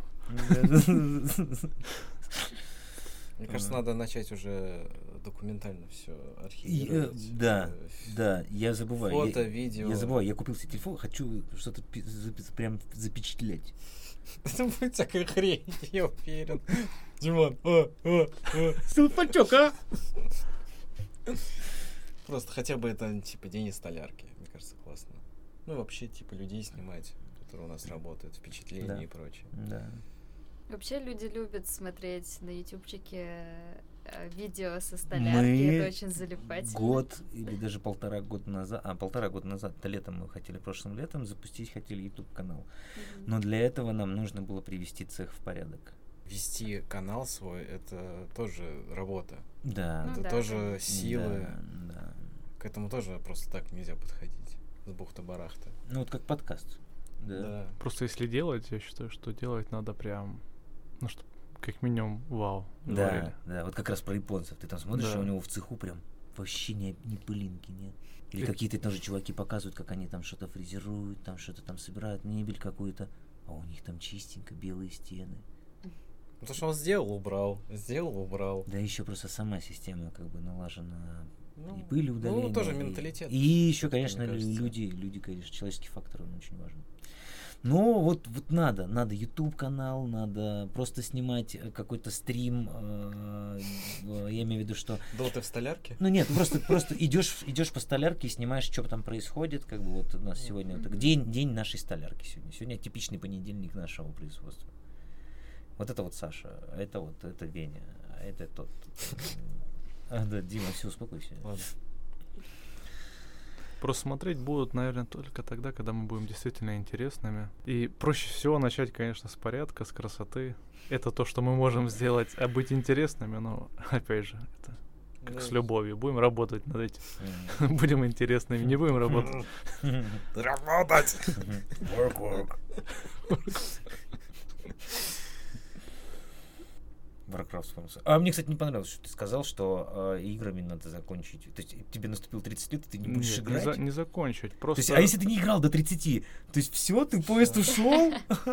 Мне кажется, надо начать уже документально все И, э, архивировать. да, э, ф- да, я забываю. Фото, я, видео. я забываю, я купил себе телефон, хочу что-то пи- запи- прям запечатлеть. Это будет всякая хрень, я уверен. Димон, а, а, а. Столпачок, а? Просто хотя бы это, типа, день из столярки. Мне кажется, классно. Ну, и вообще, типа, людей снимать, которые у нас работают, впечатления Да. и прочее. Да. Вообще люди любят смотреть на ютубчике э, видео со столярки, Мы это очень залипательно. Год или даже полтора года назад, а полтора года назад, это летом мы хотели, прошлым летом запустить хотели YouTube канал. Мгм. Но для этого нам нужно было привести цех в порядок. Вести канал свой — это тоже работа. Да. Ну это да, тоже конечно. силы. Да, да. К этому тоже просто так нельзя подходить. С бухты-барахты. Ну вот как подкаст. Да. Да. Просто если делать, я считаю, что делать надо прям, ну что, как минимум, вау. Да, говорили. да, вот как раз про японцев. Ты там смотришь, Да. а у него в цеху прям вообще ни, ни пылинки нет. Или И- какие-то тоже чуваки показывают, как они там что-то фрезеруют, там что-то там собирают, мебель какую-то. А у них там чистенько, белые стены. Потому что он сделал, убрал. Сделал, убрал. Да еще просто сама система как бы налажена. Ну, И пыль удаления. ну, тоже и- менталитет. И еще, конечно, мне лю- кажется. люди, люди, конечно, человеческий фактор, он очень важен. Но вот, вот надо, надо YouTube-канал, надо просто снимать э, какой-то стрим, э, э, я имею в виду, что... Да, ты в столярке? Ну нет, просто, просто идешь, идешь по столярке и снимаешь, что там происходит, как бы вот у нас сегодня вот, день, день нашей столярки сегодня. Сегодня типичный понедельник нашего производства. Вот это вот Саша, а это вот, это Веня, а это тот. А, да, Дима, все, успокойся. Ладно. Просто смотреть будут, наверное, только тогда, когда мы будем действительно интересными. И проще всего начать, конечно, с порядка, с красоты. Это то, что мы можем сделать, а быть интересными, но, опять же, это как Да. с любовью. Будем работать над этим. Будем интересными, не будем работать. Работать! Work, work. Warcraft вспомнился. А мне, кстати, не понравилось, что ты сказал, что э, играми надо закончить. То есть тебе наступило тридцать лет, и ты не будешь Нет, не, играть? за- не закончить. То Просто... есть, а если ты не играл до тридцати, то есть все, ты поезд ушел?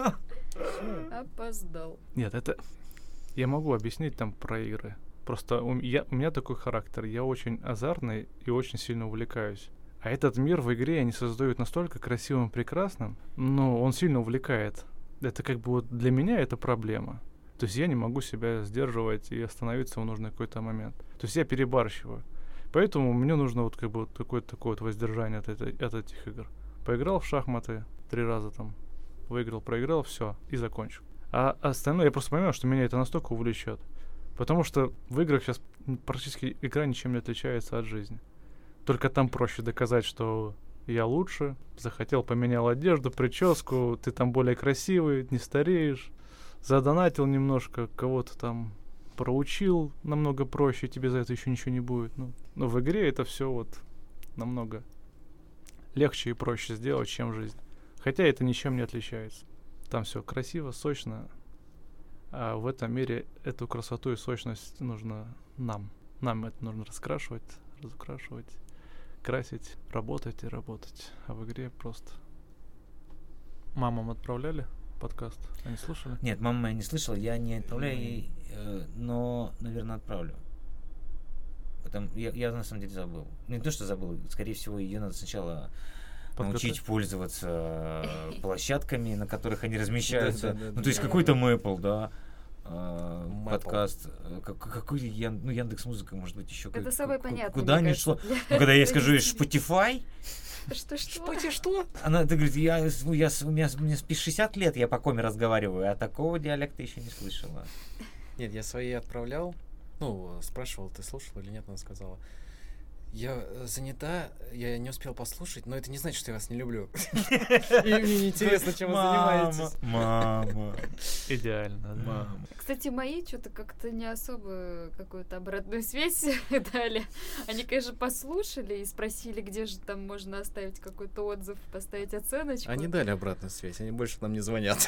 Опоздал. Нет, это... Я могу объяснить там про игры. Просто у, м- я, у меня такой характер. Я очень азартный и очень сильно увлекаюсь. А этот мир в игре они создают настолько красивым, прекрасным, но он сильно увлекает. Это как бы вот для меня это проблема. То есть я не могу себя сдерживать и остановиться в нужный какой-то момент. То есть я перебарщиваю. Поэтому мне нужно вот как бы вот какое-то такое вот воздержание от, этой, от этих игр. Поиграл в шахматы три раза там, выиграл, проиграл, все, и закончил. А остальное, я просто понимаю, что меня это настолько увлечет. Потому что в играх сейчас практически игра ничем не отличается от жизни. Только там проще доказать, что я лучше, захотел, поменял одежду, прическу, ты там более красивый, не стареешь, задонатил немножко, кого-то там проучил, намного проще, тебе за это еще ничего не будет. Ну, но в игре это все вот намного легче и проще сделать, чем в жизни. Хотя это ничем не отличается. Там все красиво, сочно, а в этом мире эту красоту и сочность нужно нам. Нам это нужно раскрашивать, разукрашивать, красить, работать и работать. А в игре просто... Мамам отправляли подкаст? Они слушали? Нет, мама моя не слышала, я не отправляю ей, э, но, наверное, отправлю. Потому, я, я на самом деле забыл. Не то, что забыл, скорее всего, ее надо сначала Подготовить. научить пользоваться э, площадками, на которых они размещаются. Да-да-да, Ну, то есть да. какой-то Maple, да, э, Maple. подкаст, э, как- какой Ян- ну, Яндекс.Музыка, может быть, еще. Это как- самое как- понятное, Куда мне ни шло. кажется, Ну, когда я ей для скажу родителей. Spotify, Что-что? что? она ты говорит, я, с- я, с- у меня, с- мне с шестьдесят лет, я по коме разговариваю, а такого диалекта еще не слышала. Нет, я свои отправлял. Ну, спрашивал, ты слушал или нет, она сказала. Я э, занята, я не успел послушать, но это не значит, что я вас не люблю. И мне не интересно, чем вы занимаетесь. Мама, Идеально, да. мама. Кстати, мои что-то как-то не особо какую-то обратную связь дали. Они, конечно, послушали и спросили, где же там можно оставить какой-то отзыв, поставить оценочку. Они дали обратную связь, они больше нам не звонят.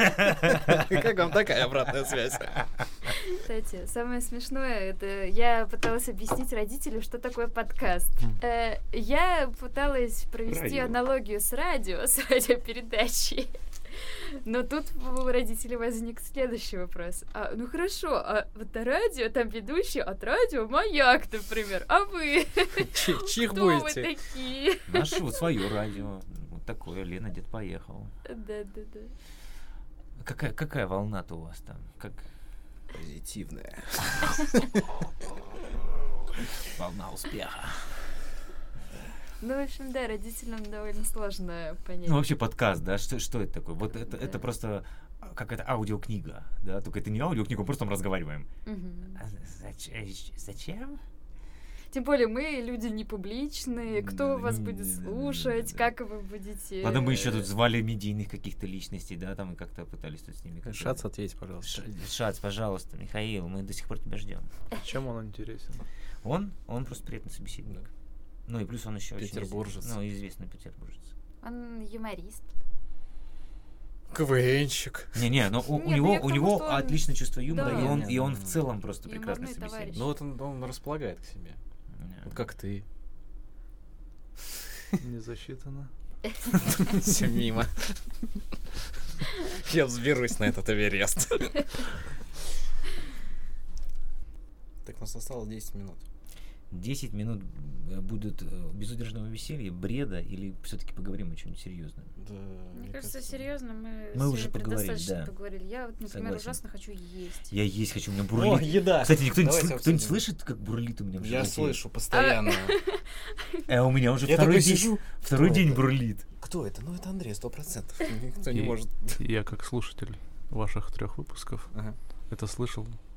Как вам такая обратная связь? Кстати, самое смешное, это я пыталась объяснить родителям, что такое подкаст. Э, я пыталась провести Радио. аналогию с радио, с радиопередачей. Но тут у родителей возник следующий вопрос. А, ну хорошо, а вот радио, там ведущий от радио Маяк, например. А вы? Чи- Чих Кто вы будете? такие? Наше вот свое радио. Вот такое, Лена, дед поехал. Да-да-да. Какая, какая волна-то у вас там? Как Позитивная. волна успеха? Ну, в общем, да, родителям довольно сложно понять. Ну, вообще подкаст, да? Что, что это такое? Вот это, это просто какая-то аудиокнига, да? Только это не аудиокнига, мы просто там разговариваем. Мгм. А зач- зачем? Тем более мы люди не публичные, кто Да, вас не- будет да, да, да, слушать, да. как вы будете... Ладно, мы еще тут звали медийных каких-то личностей, да, там и как-то пытались тут с ними. как-то- Шац, ответь, пожалуйста. Ш- Шац, пожалуйста, Михаил, мы до сих пор тебя ждем. Чем он интересен? Он, он просто приятный собеседник. Да. Ну и плюс он еще очень Петербуржец. известный, ну, известный петербуржец. Он юморист. КВНщик. Не-не, но у, у Нет, него, я к у тому, него что он- отличное чувство юмора, Да. и, он, Не, и он ну, в целом просто юморной прекрасный товарищ. собеседник. Ну вот он, он располагает к себе. Да. Вот как ты. Не засчитано. Все мимо. Я взберусь на этот Эверест. Так, у нас осталось десять минут. десять минут э, будут э, безудержного веселья, бреда, или все-таки поговорим о чем-нибудь серьезном? Да, Мне кажется, серьезно, мы, Мы уже сегодня поговорили, предостаточно да. поговорили. Я вот, например, Согласен. ужасно хочу есть. Я есть хочу, у меня О, бурлит. еда! Кстати, никто не Давайте сл- кто-нибудь обсудим. слышит, как бурлит у меня в Я животе? слышу постоянно. А у меня уже Я второй такой день, сижу. второй кто день это? бурлит. Кто это? Ну, это Андрей, сто процентов. Никто не И- может. Я как слушатель ваших трех выпусков Ага. это слышал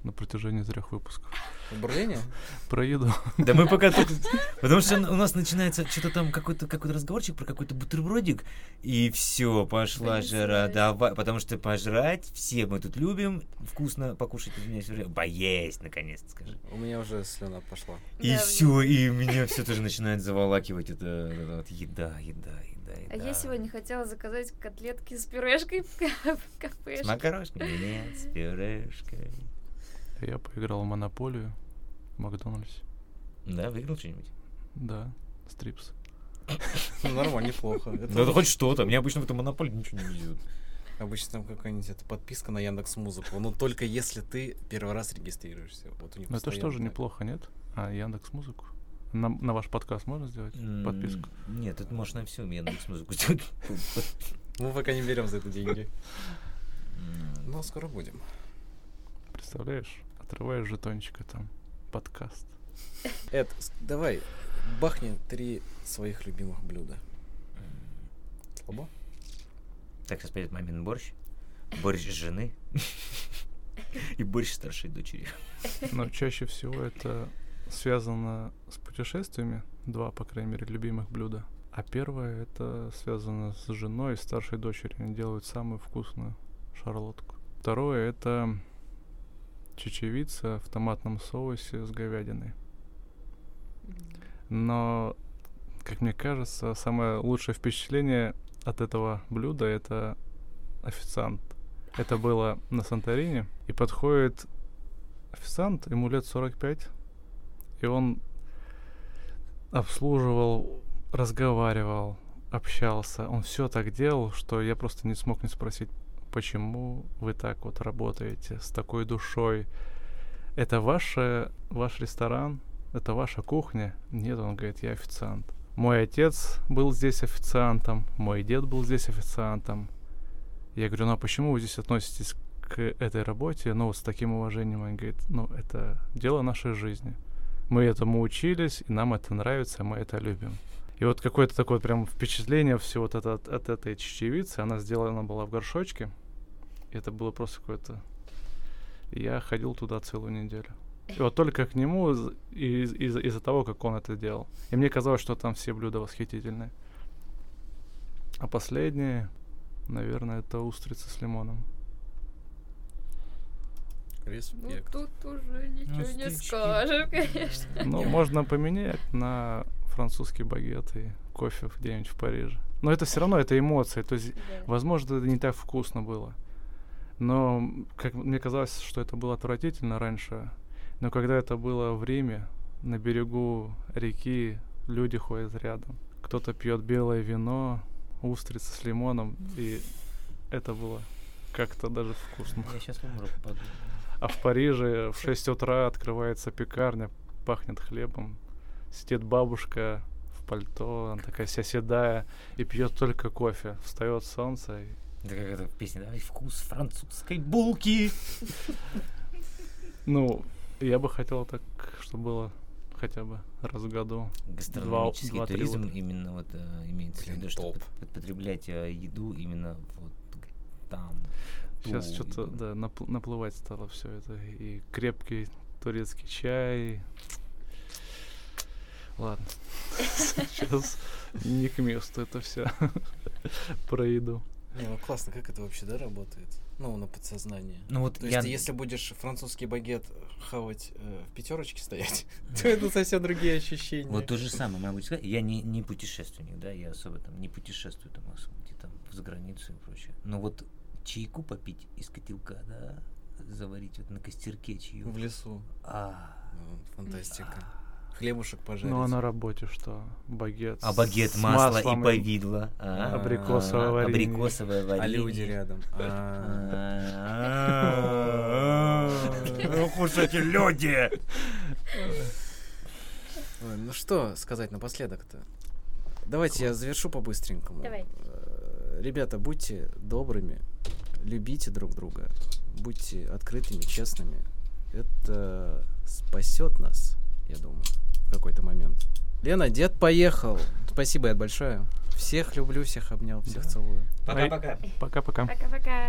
на протяжении трех выпусков. Бурление? Про еду. Да мы пока тут... Потому что у нас начинается что-то там, какой-то какой-то разговорчик про какой-то бутербродик, и все, пошла жара, давай, потому что пожрать все мы тут любим, вкусно покушать у меня все время, поесть, наконец-то, скажи. У меня уже слюна пошла. И Да, все, и меня все тоже начинает заволакивать, это, это вот еда, еда, еда, еда. А я сегодня хотела заказать котлетки с пюрешкой в ка- в С кафешке. макарошкой? Нет, с пюрешкой. Я поиграл в Монополию в Макдональдсе. Да, выиграл что-нибудь? Да, стрипс. Ну, нормально, неплохо. Это Да это хоть что-то, мне обычно в этом монополии ничего не везет. Обычно там какая-нибудь эта подписка на Яндекс.Музыку, но только если ты первый раз регистрируешься. Вот у них Но это же постоянно тоже так. неплохо, нет? А Яндекс.Музыку? На, на ваш подкаст можно сделать подписку? М, Нет, это можно на всю Яндекс.Музыку сделать. Мы пока не берем за это деньги. М, Но скоро будем. Представляешь? Отрываешь жетончика там. Подкаст. Эд, с- давай, бахни три своих любимых блюда. Слабо? Так, сейчас пойдет мамин борщ, борщ жены и борщ старшей дочери. Но чаще всего это связано с путешествиями. Два, по крайней мере, любимых блюда. А первое это связано с женой и старшей дочерью. Они делают самую вкусную шарлотку. Второе это чечевица в томатном соусе с говядиной. Но, как мне кажется, самое лучшее впечатление от этого блюда это официант. Это было на Санторини, и подходит официант, ему лет сорок пять, и он обслуживал, разговаривал, общался. Он все так делал, что я просто не смог не спросить, почему вы так вот работаете с такой душой. Это ваше, ваш ресторан? Это ваша кухня? Нет, он говорит, я официант. Мой отец был здесь официантом, мой дед был здесь официантом. Я говорю, ну а почему вы здесь относитесь к этой работе, ну вот с таким уважением? Он говорит, ну это дело нашей жизни. Мы этому учились, и нам это нравится, мы это любим. И вот какое-то такое прям впечатление все вот это от, от этой чечевицы, она сделана была в горшочке. И это было просто какое-то... Я ходил туда целую неделю. И вот только к нему из- из- из- из-за того, как он это делал. И мне казалось, что там все блюда восхитительные. А последнее, наверное, это устрицы с лимоном. Ну, Респект. тут уже ничего не стычки. скажешь, конечно. Ну, можно поменять на французский багет и кофе где-нибудь в Париже. Но это все равно, это эмоции. То есть, Да. возможно, это не так вкусно было. Но как мне казалось, что это было отвратительно раньше. Но когда это было в Риме, на берегу реки, люди ходят рядом. Кто-то пьет белое вино, устрицы с лимоном, и это было как-то даже вкусно. Я сейчас в умру попаду. А в Париже в шесть утра открывается пекарня, пахнет хлебом. Сидит бабушка в пальто, она такая вся седая, и пьет только кофе. Встает солнце. И... Это как это в песне, давай вкус французской булки. Ну, я бы хотел так, чтобы было хотя бы раз в году. Гастрономический два-три туризм года. именно вот э, имеется в Блин, виду, что топ. под- под- потреблять э, еду именно вот г- там. Сейчас ту что-то, еду. да, напл- наплывать стало все это. И крепкий турецкий чай. Ладно. Сейчас не к месту это все про еду. Не, ну классно, как это вообще, да, работает? Ну, на подсознание. Ну вот То я... есть, если будешь французский багет хавать э, в пятерочке стоять, то это совсем другие ощущения. Вот то же самое могу сказать. Я не, не путешественник, да, я особо там не путешествую там особо где там за границу и прочее. Но вот чайку попить из котелка, да, заварить вот на костерке чаю. В лесу. А, Ну, фантастика. Хлебушек пожарить. Ну а на работе что? Багет. а багет, с масло и маслом повидло. А, абрикосовое а, варенье. Абрикосовое А варенье. люди рядом. Ох уж эти люди! Ой, ну что сказать напоследок-то? Давайте я завершу по-быстренькому. Давай. Э, Ребята, будьте добрыми, любите друг друга, будьте открытыми, честными. Это спасет нас, я думаю, в какой-то момент. Лена, дед поехал. Спасибо, Эд, большое. Всех люблю, всех обнял, всех Да. целую. Пока-пока. Пока-пока. Пока-пока.